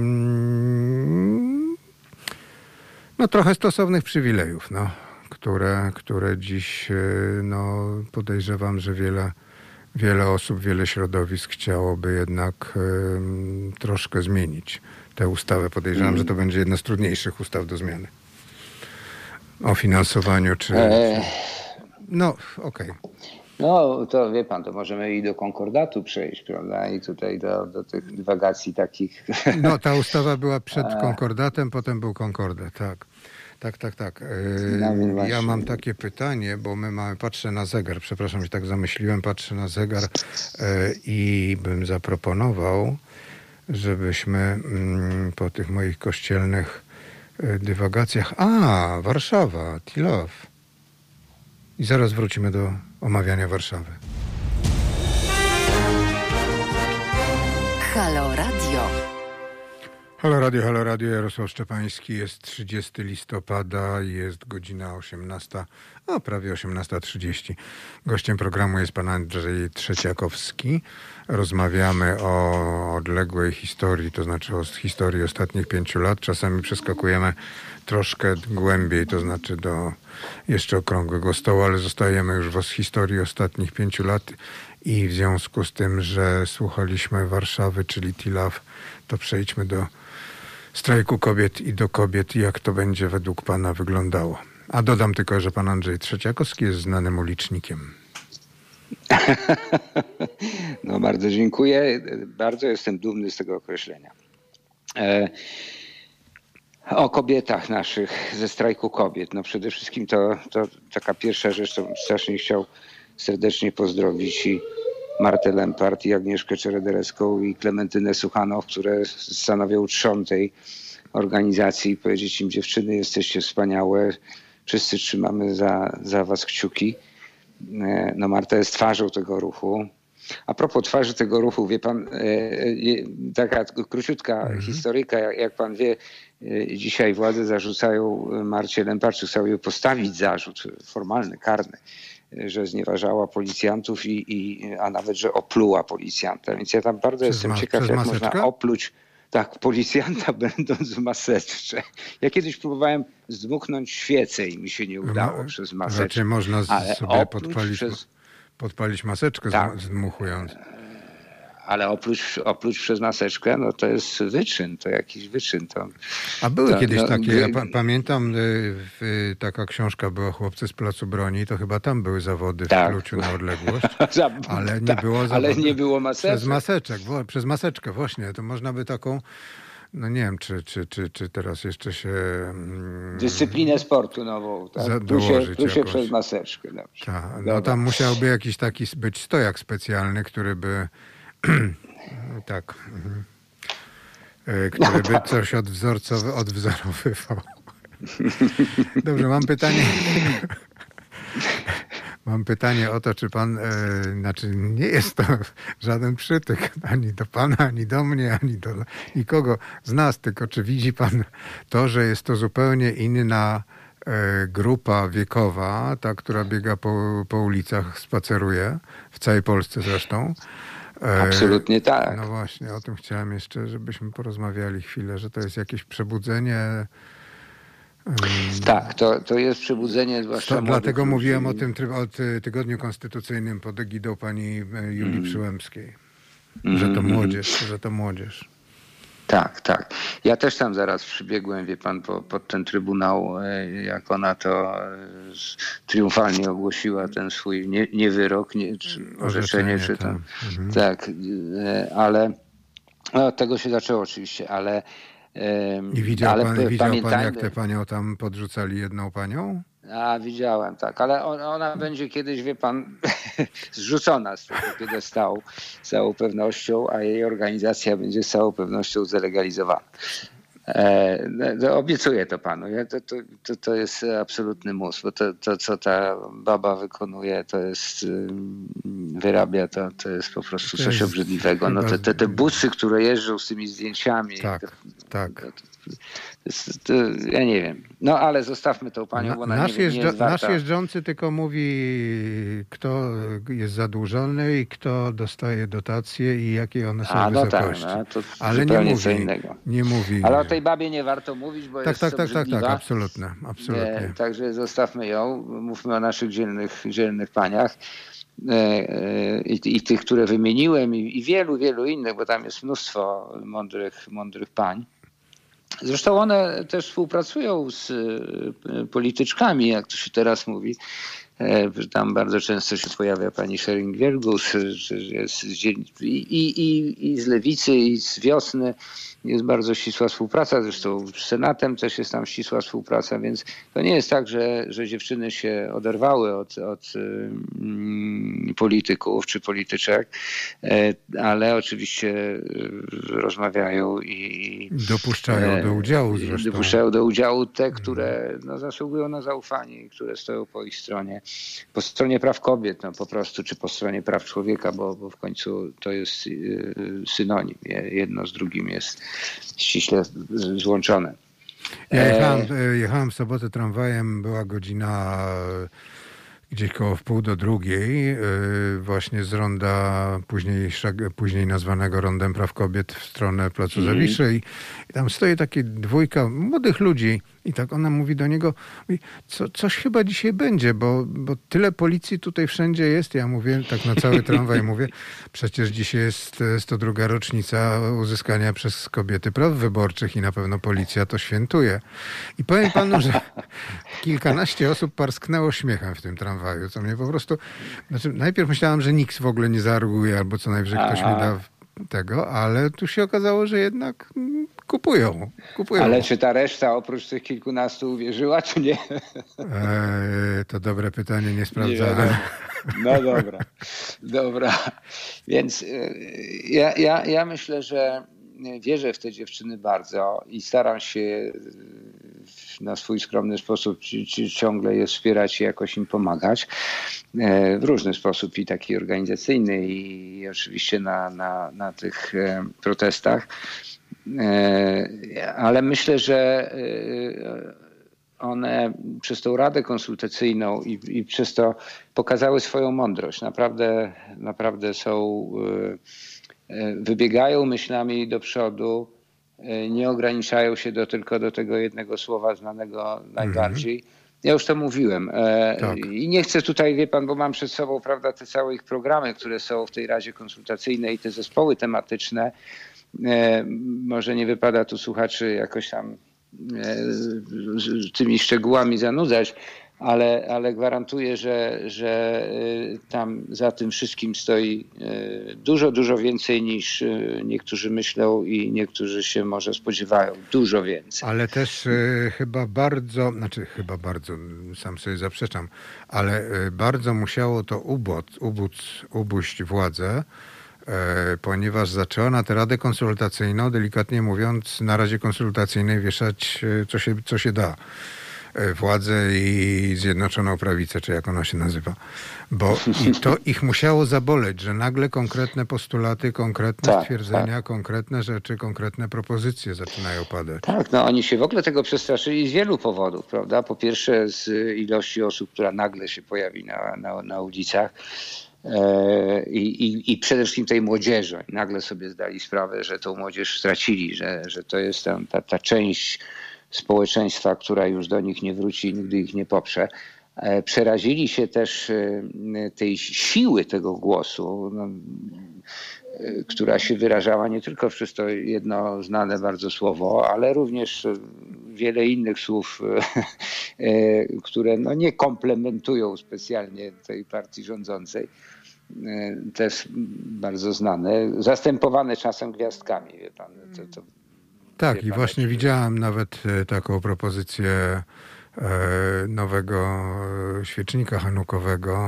no trochę stosownych przywilejów, no, które, które dziś, no podejrzewam, że wiele Wiele osób, wiele środowisk chciałoby jednak y, troszkę zmienić tę ustawę. Podejrzewam, Mm. że to będzie jedna z trudniejszych ustaw do zmiany. O finansowaniu czy... E, No, okej. No to wie pan, to możemy i do konkordatu przejść, prawda? I tutaj do, do tych dywagacji takich. No, ta ustawa była przed konkordatem, potem był konkordat, tak. Tak, tak, tak. Yy, No, więc ja właśnie. mam takie pytanie, bo my mamy, patrzę na zegar, przepraszam, się tak zamyśliłem, patrzę na zegar yy, i bym zaproponował, żebyśmy mm, po tych moich kościelnych yy, dywagacjach, a, Warszawa, Tilow. I zaraz wrócimy do omawiania Warszawy. Halo Radio. Halo Radio, Halo Radio, Jarosław Szczepański, jest trzydziestego listopada, jest godzina osiemnasta, a prawie osiemnasta trzydzieści. Gościem programu jest pan Andrzej Trzeciakowski. Rozmawiamy o odległej historii, to znaczy o historii ostatnich pięciu lat. Czasami przeskakujemy troszkę głębiej, to znaczy do jeszcze okrągłego stołu, ale zostajemy już w historii ostatnich pięciu lat i w związku z tym, że słuchaliśmy Warszawy, czyli Tilaw, to przejdźmy do strajku kobiet i do kobiet, jak to będzie według pana wyglądało. A dodam tylko, że pan Andrzej Trzeciakowski jest znanym ulicznikiem. No bardzo dziękuję. Bardzo jestem dumny z tego określenia. E, o kobietach naszych ze strajku kobiet. No przede wszystkim to, to taka pierwsza rzecz, to strasznie chciał serdecznie pozdrowić i Martę Lempart, i Agnieszkę Czeredereską, i Klementynę Suchanow, które stanowią trzon tej organizacji, i powiedzieć im: dziewczyny, jesteście wspaniałe, wszyscy trzymamy za, za was kciuki. No Marta jest twarzą tego ruchu. A propos twarzy tego ruchu, wie pan, taka króciutka mhm. historyjka, jak, jak pan wie, dzisiaj władze zarzucają Marcie Lempart, czy chcą ją postawić zarzut formalny, karny, że znieważała policjantów, i, i, a nawet, że opluła policjanta. Więc ja tam bardzo Przez jestem mas- ciekaw, przez jak maseczkę? można opluć. tak, policjanta będąc w maseczce. Ja kiedyś próbowałem zdmuchnąć świecę i mi się nie udało No, przez maseczkę. Raczej można z- ale sobie oprócz podpalić, przez, podpalić maseczkę Tak. zdmuchując. ale oprócz, oprócz przez maseczkę, no to jest wyczyn, to jakiś wyczyn. To, A były to, kiedyś no, takie, ja wy- pa- pamiętam, y, w, taka książka była Chłopcy z Placu Broni, to chyba tam były zawody w Tak. pluciu na odległość, Za- ale nie tak, było ale zawodu nie było przez maseczek. maseczek, wo- przez maseczkę właśnie, to można by taką, no nie wiem, czy, czy, czy, czy teraz jeszcze się mm, Dyscyplinę sportu nową, Za- tak? Plusie, dołożyć plusie jakąś. przez maseczkę. Dobrze. ta, no Dobra. tam musiałby jakiś taki być stojak specjalny, który by tak, mhm. Y, który by coś odwzorcowy, odwzorowywał. Dobrze, mam pytanie. Mam pytanie o to, czy pan, e, znaczy nie jest to żaden przytyk ani do pana, ani do mnie, ani do nikogo z nas, tylko czy widzi pan to, że jest to zupełnie inna e, grupa wiekowa, ta, która biega po, po ulicach, spaceruje, w całej Polsce zresztą. E, Absolutnie tak. No właśnie, o tym chciałem jeszcze, żebyśmy porozmawiali chwilę, że to jest jakieś przebudzenie. Tak, to, to jest przebudzenie zwłaszcza To młodych dlatego ludzi. mówiłem o tym tryb, o ty- tygodniu konstytucyjnym pod egidą pani e, Julii Przyłębskiej. Że to młodzież, że to młodzież. Tak, tak. Ja też tam zaraz przybiegłem, wie pan, po, pod ten trybunał, e, jak ona to e, s- triumfalnie ogłosiła ten swój nie, nie wyrok, nie, czy orzeczenie, czy tak. tam. Mhm. Tak, e, ale no, od tego się zaczęło oczywiście, ale e, I widział ale pan, p- widział pan, jak pamiętajmy- tę panią tam podrzucali jedną panią? A, widziałem, tak, ale on, ona będzie kiedyś, wie pan, zrzucona z tego piedestału z całą pewnością, a jej organizacja będzie z całą pewnością zalegalizowana. E, no, obiecuję to panu. Ja, to, to, to, to jest absolutny mus, bo to, to, co ta baba wykonuje, to jest, ym, wyrabia, to, to jest po prostu To coś jest obrzydliwego. No, te, te, te busy, które jeżdżą z tymi zdjęciami, Tak, to, tak. to, to, jest, to, ja nie wiem. No ale zostawmy tą panią, Na, bo ona nasz, nie, nie jeżdża, jest warta. nasz jeżdżący tylko mówi, kto jest zadłużony i kto dostaje dotacje i jakie one są A, no tak, wysokości. no, to Ale nie zupełnie mówi, co innego. nie mówi. Ale o tej babie nie warto mówić, bo Tak, jest tak, tak, tak, tak, obrzydliwa. absolutnie, absolutnie. E, Także zostawmy ją, mówmy o naszych dzielnych, dzielnych paniach e, e, i, i tych, które wymieniłem i, i wielu, wielu innych, bo tam jest mnóstwo mądrych, mądrych pań. Zresztą one też współpracują z e, polityczkami, jak to się teraz mówi. E, Tam bardzo często się pojawia pani Schering-Wielgus, że jest z dzielnic- i, i, i, i z Lewicy, i z Wiosny. Jest bardzo ścisła współpraca, zresztą z Senatem też jest tam ścisła współpraca, więc to nie jest tak, że, że dziewczyny się oderwały od, od um, polityków czy polityczek, e, ale oczywiście e, rozmawiają i Dopuszczają do udziału e, zresztą. Dopuszczają do udziału te, które no, zasługują na zaufanie i które stoją po ich stronie. Po stronie praw kobiet no, po prostu, czy po stronie praw człowieka, bo, bo w końcu to jest y, synonim. Jedno z drugim jest ściśle z- złączone. Ja E, jechałem, e, jechałem w sobotę tramwajem, była godzina e, gdzieś koło wpół do drugiej, e, właśnie z ronda później, szag- później nazwanego Rondem Praw Kobiet w stronę Placu Zawiszy i, i tam stoi takie dwójka młodych ludzi i tak ona mówi do niego, mówi, co, coś chyba dzisiaj będzie, bo, bo tyle policji tutaj wszędzie jest. Ja mówię, tak na cały tramwaj mówię, przecież dzisiaj jest e, sto druga rocznica uzyskania przez kobiety praw wyborczych i na pewno policja to świętuje. I powiem panu, że kilkanaście osób parsknęło śmiechem w tym tramwaju, co mnie po prostu... Znaczy, najpierw myślałem, że nikt w ogóle nie zareaguje, albo co najwyżej ktoś mi da tego, ale tu się okazało, że jednak mm, kupują. kupują. Ale czy ta reszta oprócz tych kilkunastu uwierzyła, czy nie? Eee, to dobre pytanie, nie Nie sprawdzałem. wiadomo. No dobra, dobra. Więc y, ja, ja, ja myślę, że wierzę w te dziewczyny bardzo i staram się y, na swój skromny sposób ci- ci- ciągle je wspierać i jakoś im pomagać. E, W różny sposób i taki organizacyjny i oczywiście na, na, na tych e, protestach. E, Ale myślę, że e, one przez tą radę konsultacyjną i, i przez to pokazały swoją mądrość. Naprawdę, naprawdę są, e, e, wybiegają myślami do przodu nie ograniczają się do, tylko do tego jednego słowa znanego najbardziej. Ja już to mówiłem. Tak. I nie chcę tutaj, wie pan, bo mam przed sobą, prawda, te całe ich programy, które są w tej Radzie Konsultacyjnej, te zespoły tematyczne. Może nie wypada tu słuchaczy jakoś tam tymi szczegółami zanudzać, ale, ale gwarantuję, że, że tam za tym wszystkim stoi dużo, dużo więcej niż niektórzy myślą i niektórzy się może spodziewają. Dużo więcej. Ale też y, chyba bardzo, znaczy chyba bardzo, sam sobie zaprzeczam, ale y, bardzo musiało to ubóc, ubóc, ubuść władzę, y, ponieważ zaczęła na tę Radę Konsultacyjną, delikatnie mówiąc, na Radzie Konsultacyjnej wieszać y, co się, co się da. Władzę i Zjednoczoną Prawicę, czy jak ona się nazywa. Bo i to ich musiało zaboleć, że nagle konkretne postulaty, konkretne tak, stwierdzenia, tak. konkretne rzeczy, konkretne propozycje zaczynają padać. Tak, no oni się w ogóle tego przestraszyli z wielu powodów, prawda? Po pierwsze z ilości osób, która nagle się pojawi na, na, na ulicach. I, i, I przede wszystkim tej młodzieży. Oni nagle sobie zdali sprawę, że tą młodzież stracili, że, że to jest tam ta, ta część społeczeństwa, która już do nich nie wróci i nigdy ich nie poprze. Przerazili się też tej siły tego głosu, no, która się wyrażała nie tylko przez to jedno znane bardzo słowo, ale również wiele innych słów, które no, nie komplementują specjalnie tej partii rządzącej. Też bardzo znane, zastępowane czasem gwiazdkami, wie pan. To, to Tak, i właśnie widziałem nawet taką propozycję e, nowego świecznika chanukowego.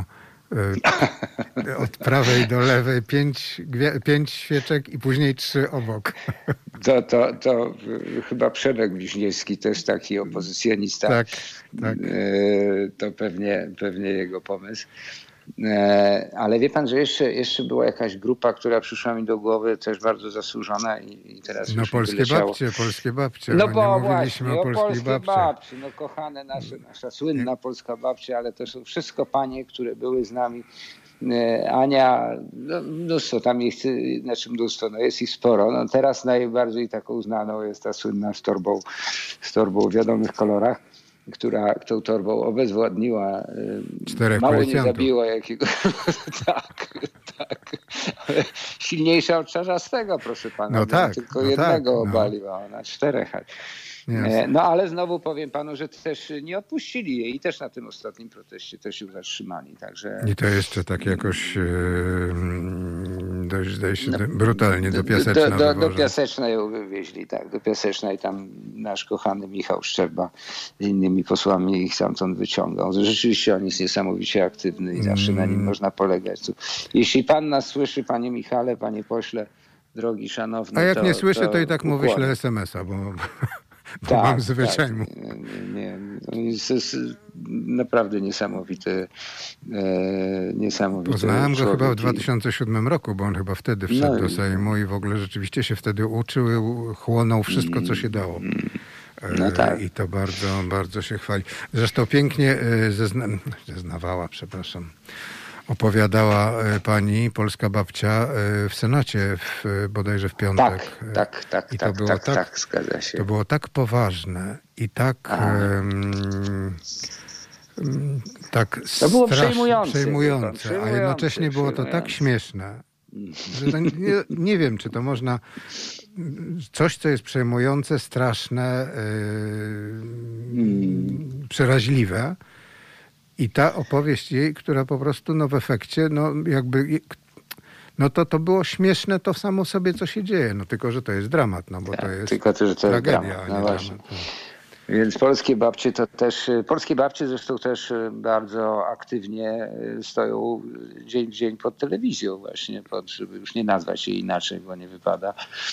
E, od prawej do lewej pięć, pięć świeczek i później trzy obok. To, to, to chyba Przemek Wiśniewski, też taki opozycjonista. Tak, tak. E, to pewnie, pewnie jego pomysł. Ale wie pan, że jeszcze, jeszcze była jakaś grupa, która przyszła mi do głowy, też bardzo zasłużona i, i teraz No już polskie wyleciało. babcie, polskie babcie. No bo bo nie mówiliśmy właśnie, o polskich polskie babciach. babci, no kochane nasze, nasza słynna polska babcia, ale to są wszystko panie, które były z nami. Ania, no mnóstwo, tam jest, znaczy mnóstwo, no jest ich sporo. No teraz najbardziej taką znaną jest ta słynna z torbą, z torbą w wiadomych kolorach, która tą torbą obezwładniła, Czterech mało policjantów. nie zabiła jakiego... tak, tak. Ale silniejsza od Czarzastego, proszę pana. No tak, Tylko no jednego tak, no. obaliła, ona czterech. Jasne. No ale znowu powiem panu, że też nie odpuścili jej i też na tym ostatnim proteście też ją zatrzymali. Także... I to jeszcze tak jakoś e, dość, zdaje się, No, brutalnie do do, Piaseczna do, do, do wywożą. Piasecznej ją wywieźli, tak, do Piasecznej. Tam nasz kochany Michał Szczerba z innymi posłami ich stamtąd wyciągał. Rzeczywiście on jest niesamowicie aktywny i zawsze na nim można polegać. Jeśli pan nas słyszy, panie Michale, panie pośle, drogi, szanowny, A jak to, nie słyszę, to, to i tak mu ukłony. wyślę es em es a, bo, bo Tak, mam zwyczaj mu. tak. Nie, nie, to jest, jest naprawdę niesamowity, e, niesamowity Poznałem go człowiek chyba w i- dwa tysiące siódmym roku, bo on chyba wtedy wszedł No i- do Sejmu i w ogóle rzeczywiście się wtedy uczył, chłonął wszystko, co się dało. E, No tak. I to bardzo, bardzo się chwali. Zresztą pięknie e, zezna... zeznawała, przepraszam, opowiadała e, pani, polska babcia, e, w Senacie w, bodajże w piątek. Tak, tak, tak, I to tak, było tak, tak- tak, zgadza się. To było tak poważne i tak... em, em, tak To było strasznie przejmujące, przejmujące, wie pan, a jednocześnie było to tak przejmujące. śmieszne, że to nie, nie wiem, czy to można... Coś, co jest przejmujące, straszne, yy, przeraźliwe. I ta opowieść jej, która po prostu no w efekcie, no jakby... No to to było śmieszne to samo sobie, co się dzieje. No tylko, że to jest dramat, no bo Tak, to jest tylko to, że to jest tragedia, dramat, a no nie właśnie. dramat. No. Więc polskie babcie to też, polskie babcie zresztą też bardzo aktywnie stoją dzień w dzień pod telewizją właśnie, pod, żeby już nie nazwać jej inaczej, bo nie wypada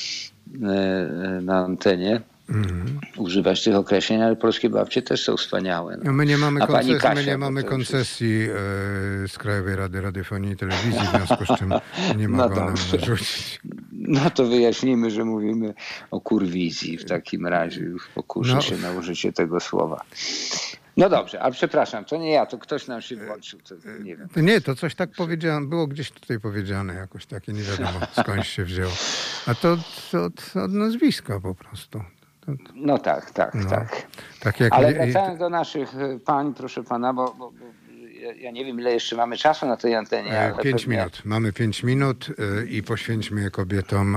na antenie Mhm. używać tych określeń, ale polskie babcie też są wspaniałe. No my nie mamy, A pani koncesji, Kasia, my nie bo mamy to koncesji e, z Krajowej Rady Radiofonii i Telewizji, w związku z czym nie No mogą nam dobrze. narzucić. No to wyjaśnijmy, że mówimy o kurwizji w takim razie. Już pokuszę No. się na użycie tego słowa. No dobrze, ale przepraszam, to nie ja, to ktoś nam się włączył, to nie wiem. To nie, to coś tak powiedziane, było gdzieś tutaj powiedziane jakoś takie, nie wiadomo skądś się wzięło. A to, to od, od nazwiska po prostu. To, No tak, tak, no, tak. tak jak Ale nie- wracając do naszych e, pań, proszę pana, bo, bo, bo ja, ja nie wiem, ile jeszcze mamy czasu na tej antenie. E, Ale Pięć pewnie- minut. Mamy pięć minut e, i poświęćmy je kobietom, e,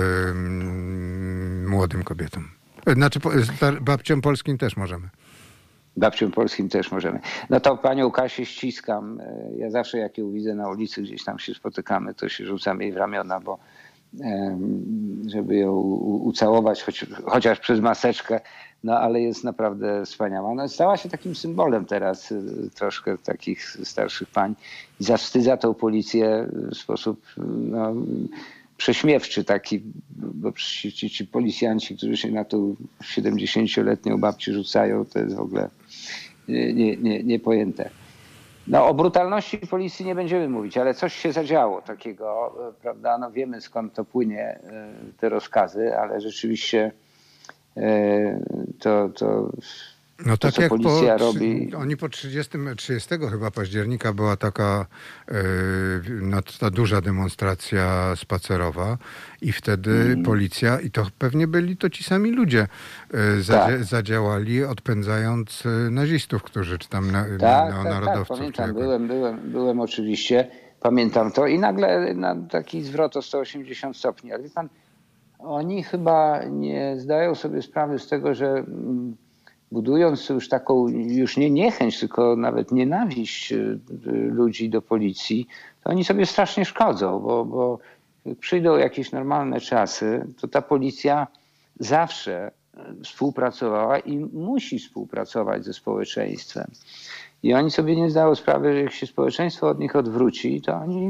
mm, młodym kobietom. E, Znaczy po- star- babciom polskim też możemy. Babciom polskim też możemy. No to panią Kasię ściskam. E, Ja zawsze jak ją widzę na ulicy, gdzieś tam się spotykamy, to się rzucam jej w ramiona, bo em, żeby ją u- ucałować, choć, chociaż przez maseczkę, no ale jest naprawdę wspaniała. No, stała się takim symbolem teraz y, troszkę takich starszych pań. I zawstydza tą policję w sposób no, prześmiewczy taki, bo ci, ci, ci policjanci, którzy się na tą siedemdziesięcioletnią babcię rzucają, to jest w ogóle nie, nie, nie, niepojęte. No o brutalności policji nie będziemy mówić, ale coś się zadziało takiego, e, prawda? No wiemy skąd to płynie, e, te rozkazy, ale rzeczywiście e, to, to, No to tak co jak policja po, robi. oni po trzydziestego, trzydziestego chyba października była taka e, no, ta duża demonstracja spacerowa i wtedy Mm. policja, i to pewnie byli to ci sami ludzie, e, zadzie, Tak. zadziałali odpędzając e, nazistów, którzy czy tam na, Tak, tak, tak, neonarodowców. pamiętam, czy jakoś. byłem, byłem, byłem oczywiście, pamiętam to i nagle na taki zwrot o sto osiemdziesiąt stopni, ale wie pan, oni chyba nie zdają sobie sprawy z tego, że mm, budując już taką, już nie niechęć, tylko nawet nienawiść y, y, ludzi do policji, to oni sobie strasznie szkodzą, bo, bo jak przyjdą jakieś normalne czasy, to ta policja zawsze współpracowała i musi współpracować ze społeczeństwem. I oni sobie nie zdają sprawy, że jak się społeczeństwo od nich odwróci, to oni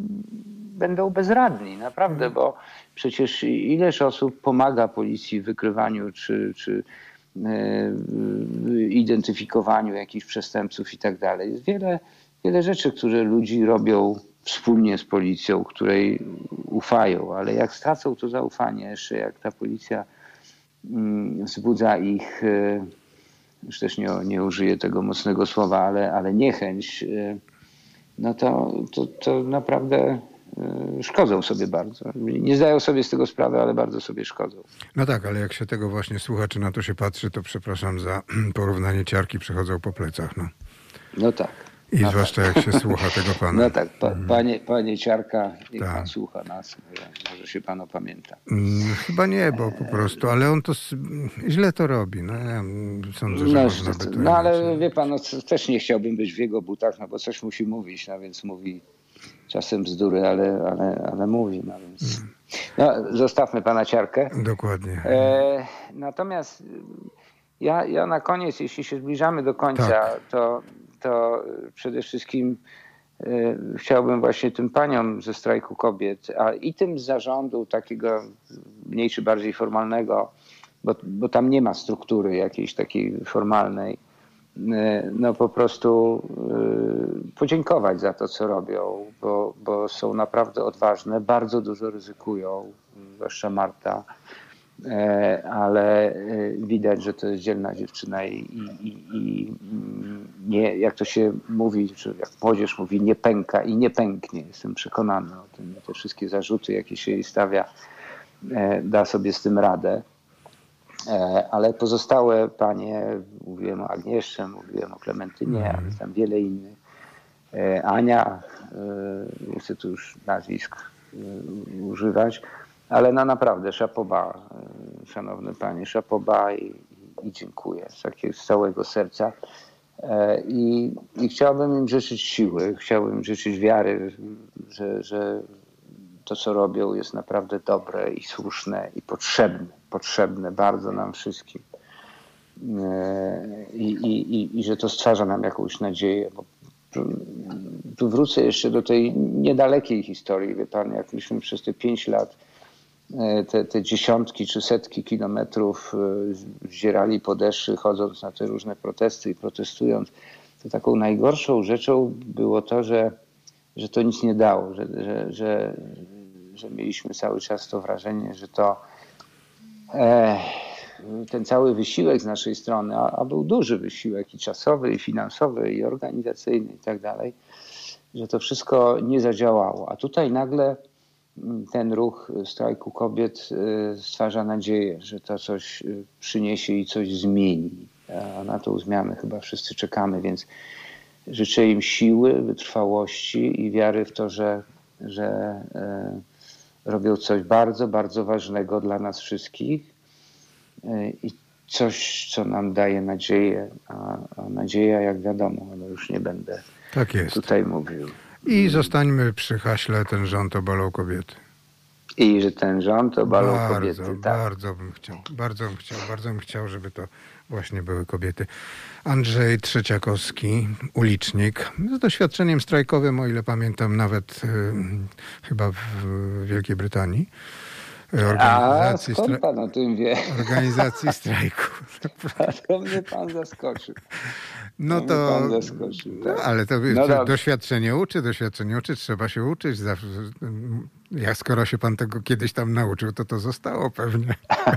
będą bezradni, naprawdę, bo przecież ileż osób pomaga policji w wykrywaniu czy, czy e, identyfikowaniu jakichś przestępców i tak dalej. Jest wiele, wiele rzeczy, które ludzi robią wspólnie z policją, której ufają, ale jak stracą to zaufanie, jeszcze jak ta policja mm, wzbudza ich, e, już też nie, nie użyję tego mocnego słowa, ale, ale niechęć, e, no to, to, to naprawdę e, szkodzą sobie bardzo. Nie zdają sobie z tego sprawy, ale bardzo sobie szkodzą. No tak, ale jak się tego właśnie słucha, czy na to się patrzy, to przepraszam za porównanie, ciarki przechodzą po plecach. No. No tak. I zwłaszcza jak się słucha tego pana. No tak, pa, panie, panie Ciarka, niech Tak. pan słucha nas, może się pan opamięta. Mm, Chyba nie, bo po prostu, ale on to s- źle to robi. No, ja sądzę, że No, można by to no ale inaczej. wie pan, no, c- też nie chciałbym być w jego butach, no bo coś musi mówić, no więc mówi czasem bzdury, ale, ale, ale mówi, no więc... No, zostawmy pana Ciarkę. Dokładnie. E, natomiast ja, ja na koniec, jeśli się zbliżamy do końca, Tak. to, to przede wszystkim e, chciałbym właśnie tym paniom ze strajku kobiet, a i tym z zarządu takiego mniej czy bardziej formalnego, bo, bo tam nie ma struktury jakiejś takiej formalnej, e, no po prostu e, podziękować za to, co robią, bo, bo są naprawdę odważne, bardzo dużo ryzykują, zwłaszcza Marta, e, ale e, widać, że to jest dzielna dziewczyna i, i, i, i nie, jak to się mówi, czy jak młodzież mówi, nie pęka i nie pęknie. Jestem przekonany o tym. Te wszystkie zarzuty, jakie się jej stawia, e, da sobie z tym radę. E, Ale pozostałe panie, mówiłem o Agnieszce, mówiłem o Klementynie, ale tam wiele innych. E, Ania, e, nie chcę tu już nazwisk e, używać, ale no naprawdę szapoba, e, szanowne panie, szapoba i, i dziękuję z, takiego, z całego serca. E, I, I chciałbym im życzyć siły, chciałbym im życzyć wiary, że, że to, co robią, jest naprawdę dobre i słuszne i potrzebne. Potrzebne bardzo nam wszystkim. I, i, i, i że to stwarza nam jakąś nadzieję. Bo tu wrócę jeszcze do tej niedalekiej historii. Wie pan, jak myśmy przez te pięć lat te, te dziesiątki czy setki kilometrów zdzierali po deszczy, chodząc na te różne protesty i protestując, to taką najgorszą rzeczą było to, że, że to nic nie dało, że, że, że, że mieliśmy cały czas to wrażenie, że to, e, ten cały wysiłek z naszej strony, a, a był duży wysiłek i czasowy, i finansowy, i organizacyjny i tak dalej, że to wszystko nie zadziałało. A tutaj nagle ten ruch strajku kobiet stwarza nadzieję, że to coś przyniesie i coś zmieni. A na tą zmianę chyba wszyscy czekamy, więc życzę im siły, wytrwałości i wiary w to, że, że robią coś bardzo, bardzo ważnego dla nas wszystkich i coś, co nam daje nadzieję, a, a nadzieja, jak wiadomo, no już nie będę tak jest. tutaj mówił. I zostańmy przy haśle ten rząd obalał kobiety. I że ten rząd obalał bardzo, kobiety. Tak. Bardzo bym chciał, bardzo bym chciał, bardzo bym chciał, żeby to właśnie były kobiety. Andrzej Trzeciakowski, ulicznik, z doświadczeniem strajkowym, o ile pamiętam, nawet y, chyba w Wielkiej Brytanii. A skąd pan o tym wie? Organizacji strajku. A to mnie pan zaskoczył. No to, pan zaskoczył, tak. No, ale to No to doświadczenie uczy, doświadczenie uczy, trzeba się uczyć. Jak skoro się pan tego kiedyś tam nauczył, to to zostało pewnie.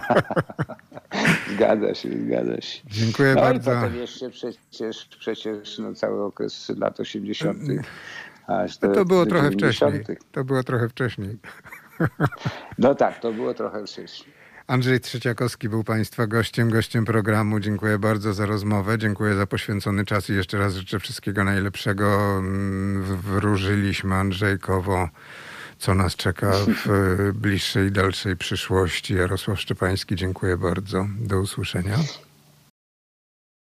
Zgadza się, zgadza się. Dziękuję no bardzo. No i potem jeszcze przecież, przecież no, cały okres lat osiemdziesiątych. Aż do, to było do trochę dziewięćdziesiątych. wcześniej. To było trochę wcześniej. No tak, to było trochę wcześniej. Andrzej Trzeciakowski był państwa gościem, gościem programu. Dziękuję bardzo za rozmowę, dziękuję za poświęcony czas i jeszcze raz życzę wszystkiego najlepszego. Wróżyliśmy Andrzejkowo, co nas czeka w bliższej, dalszej przyszłości. Jarosław Szczepański, dziękuję bardzo. Do usłyszenia.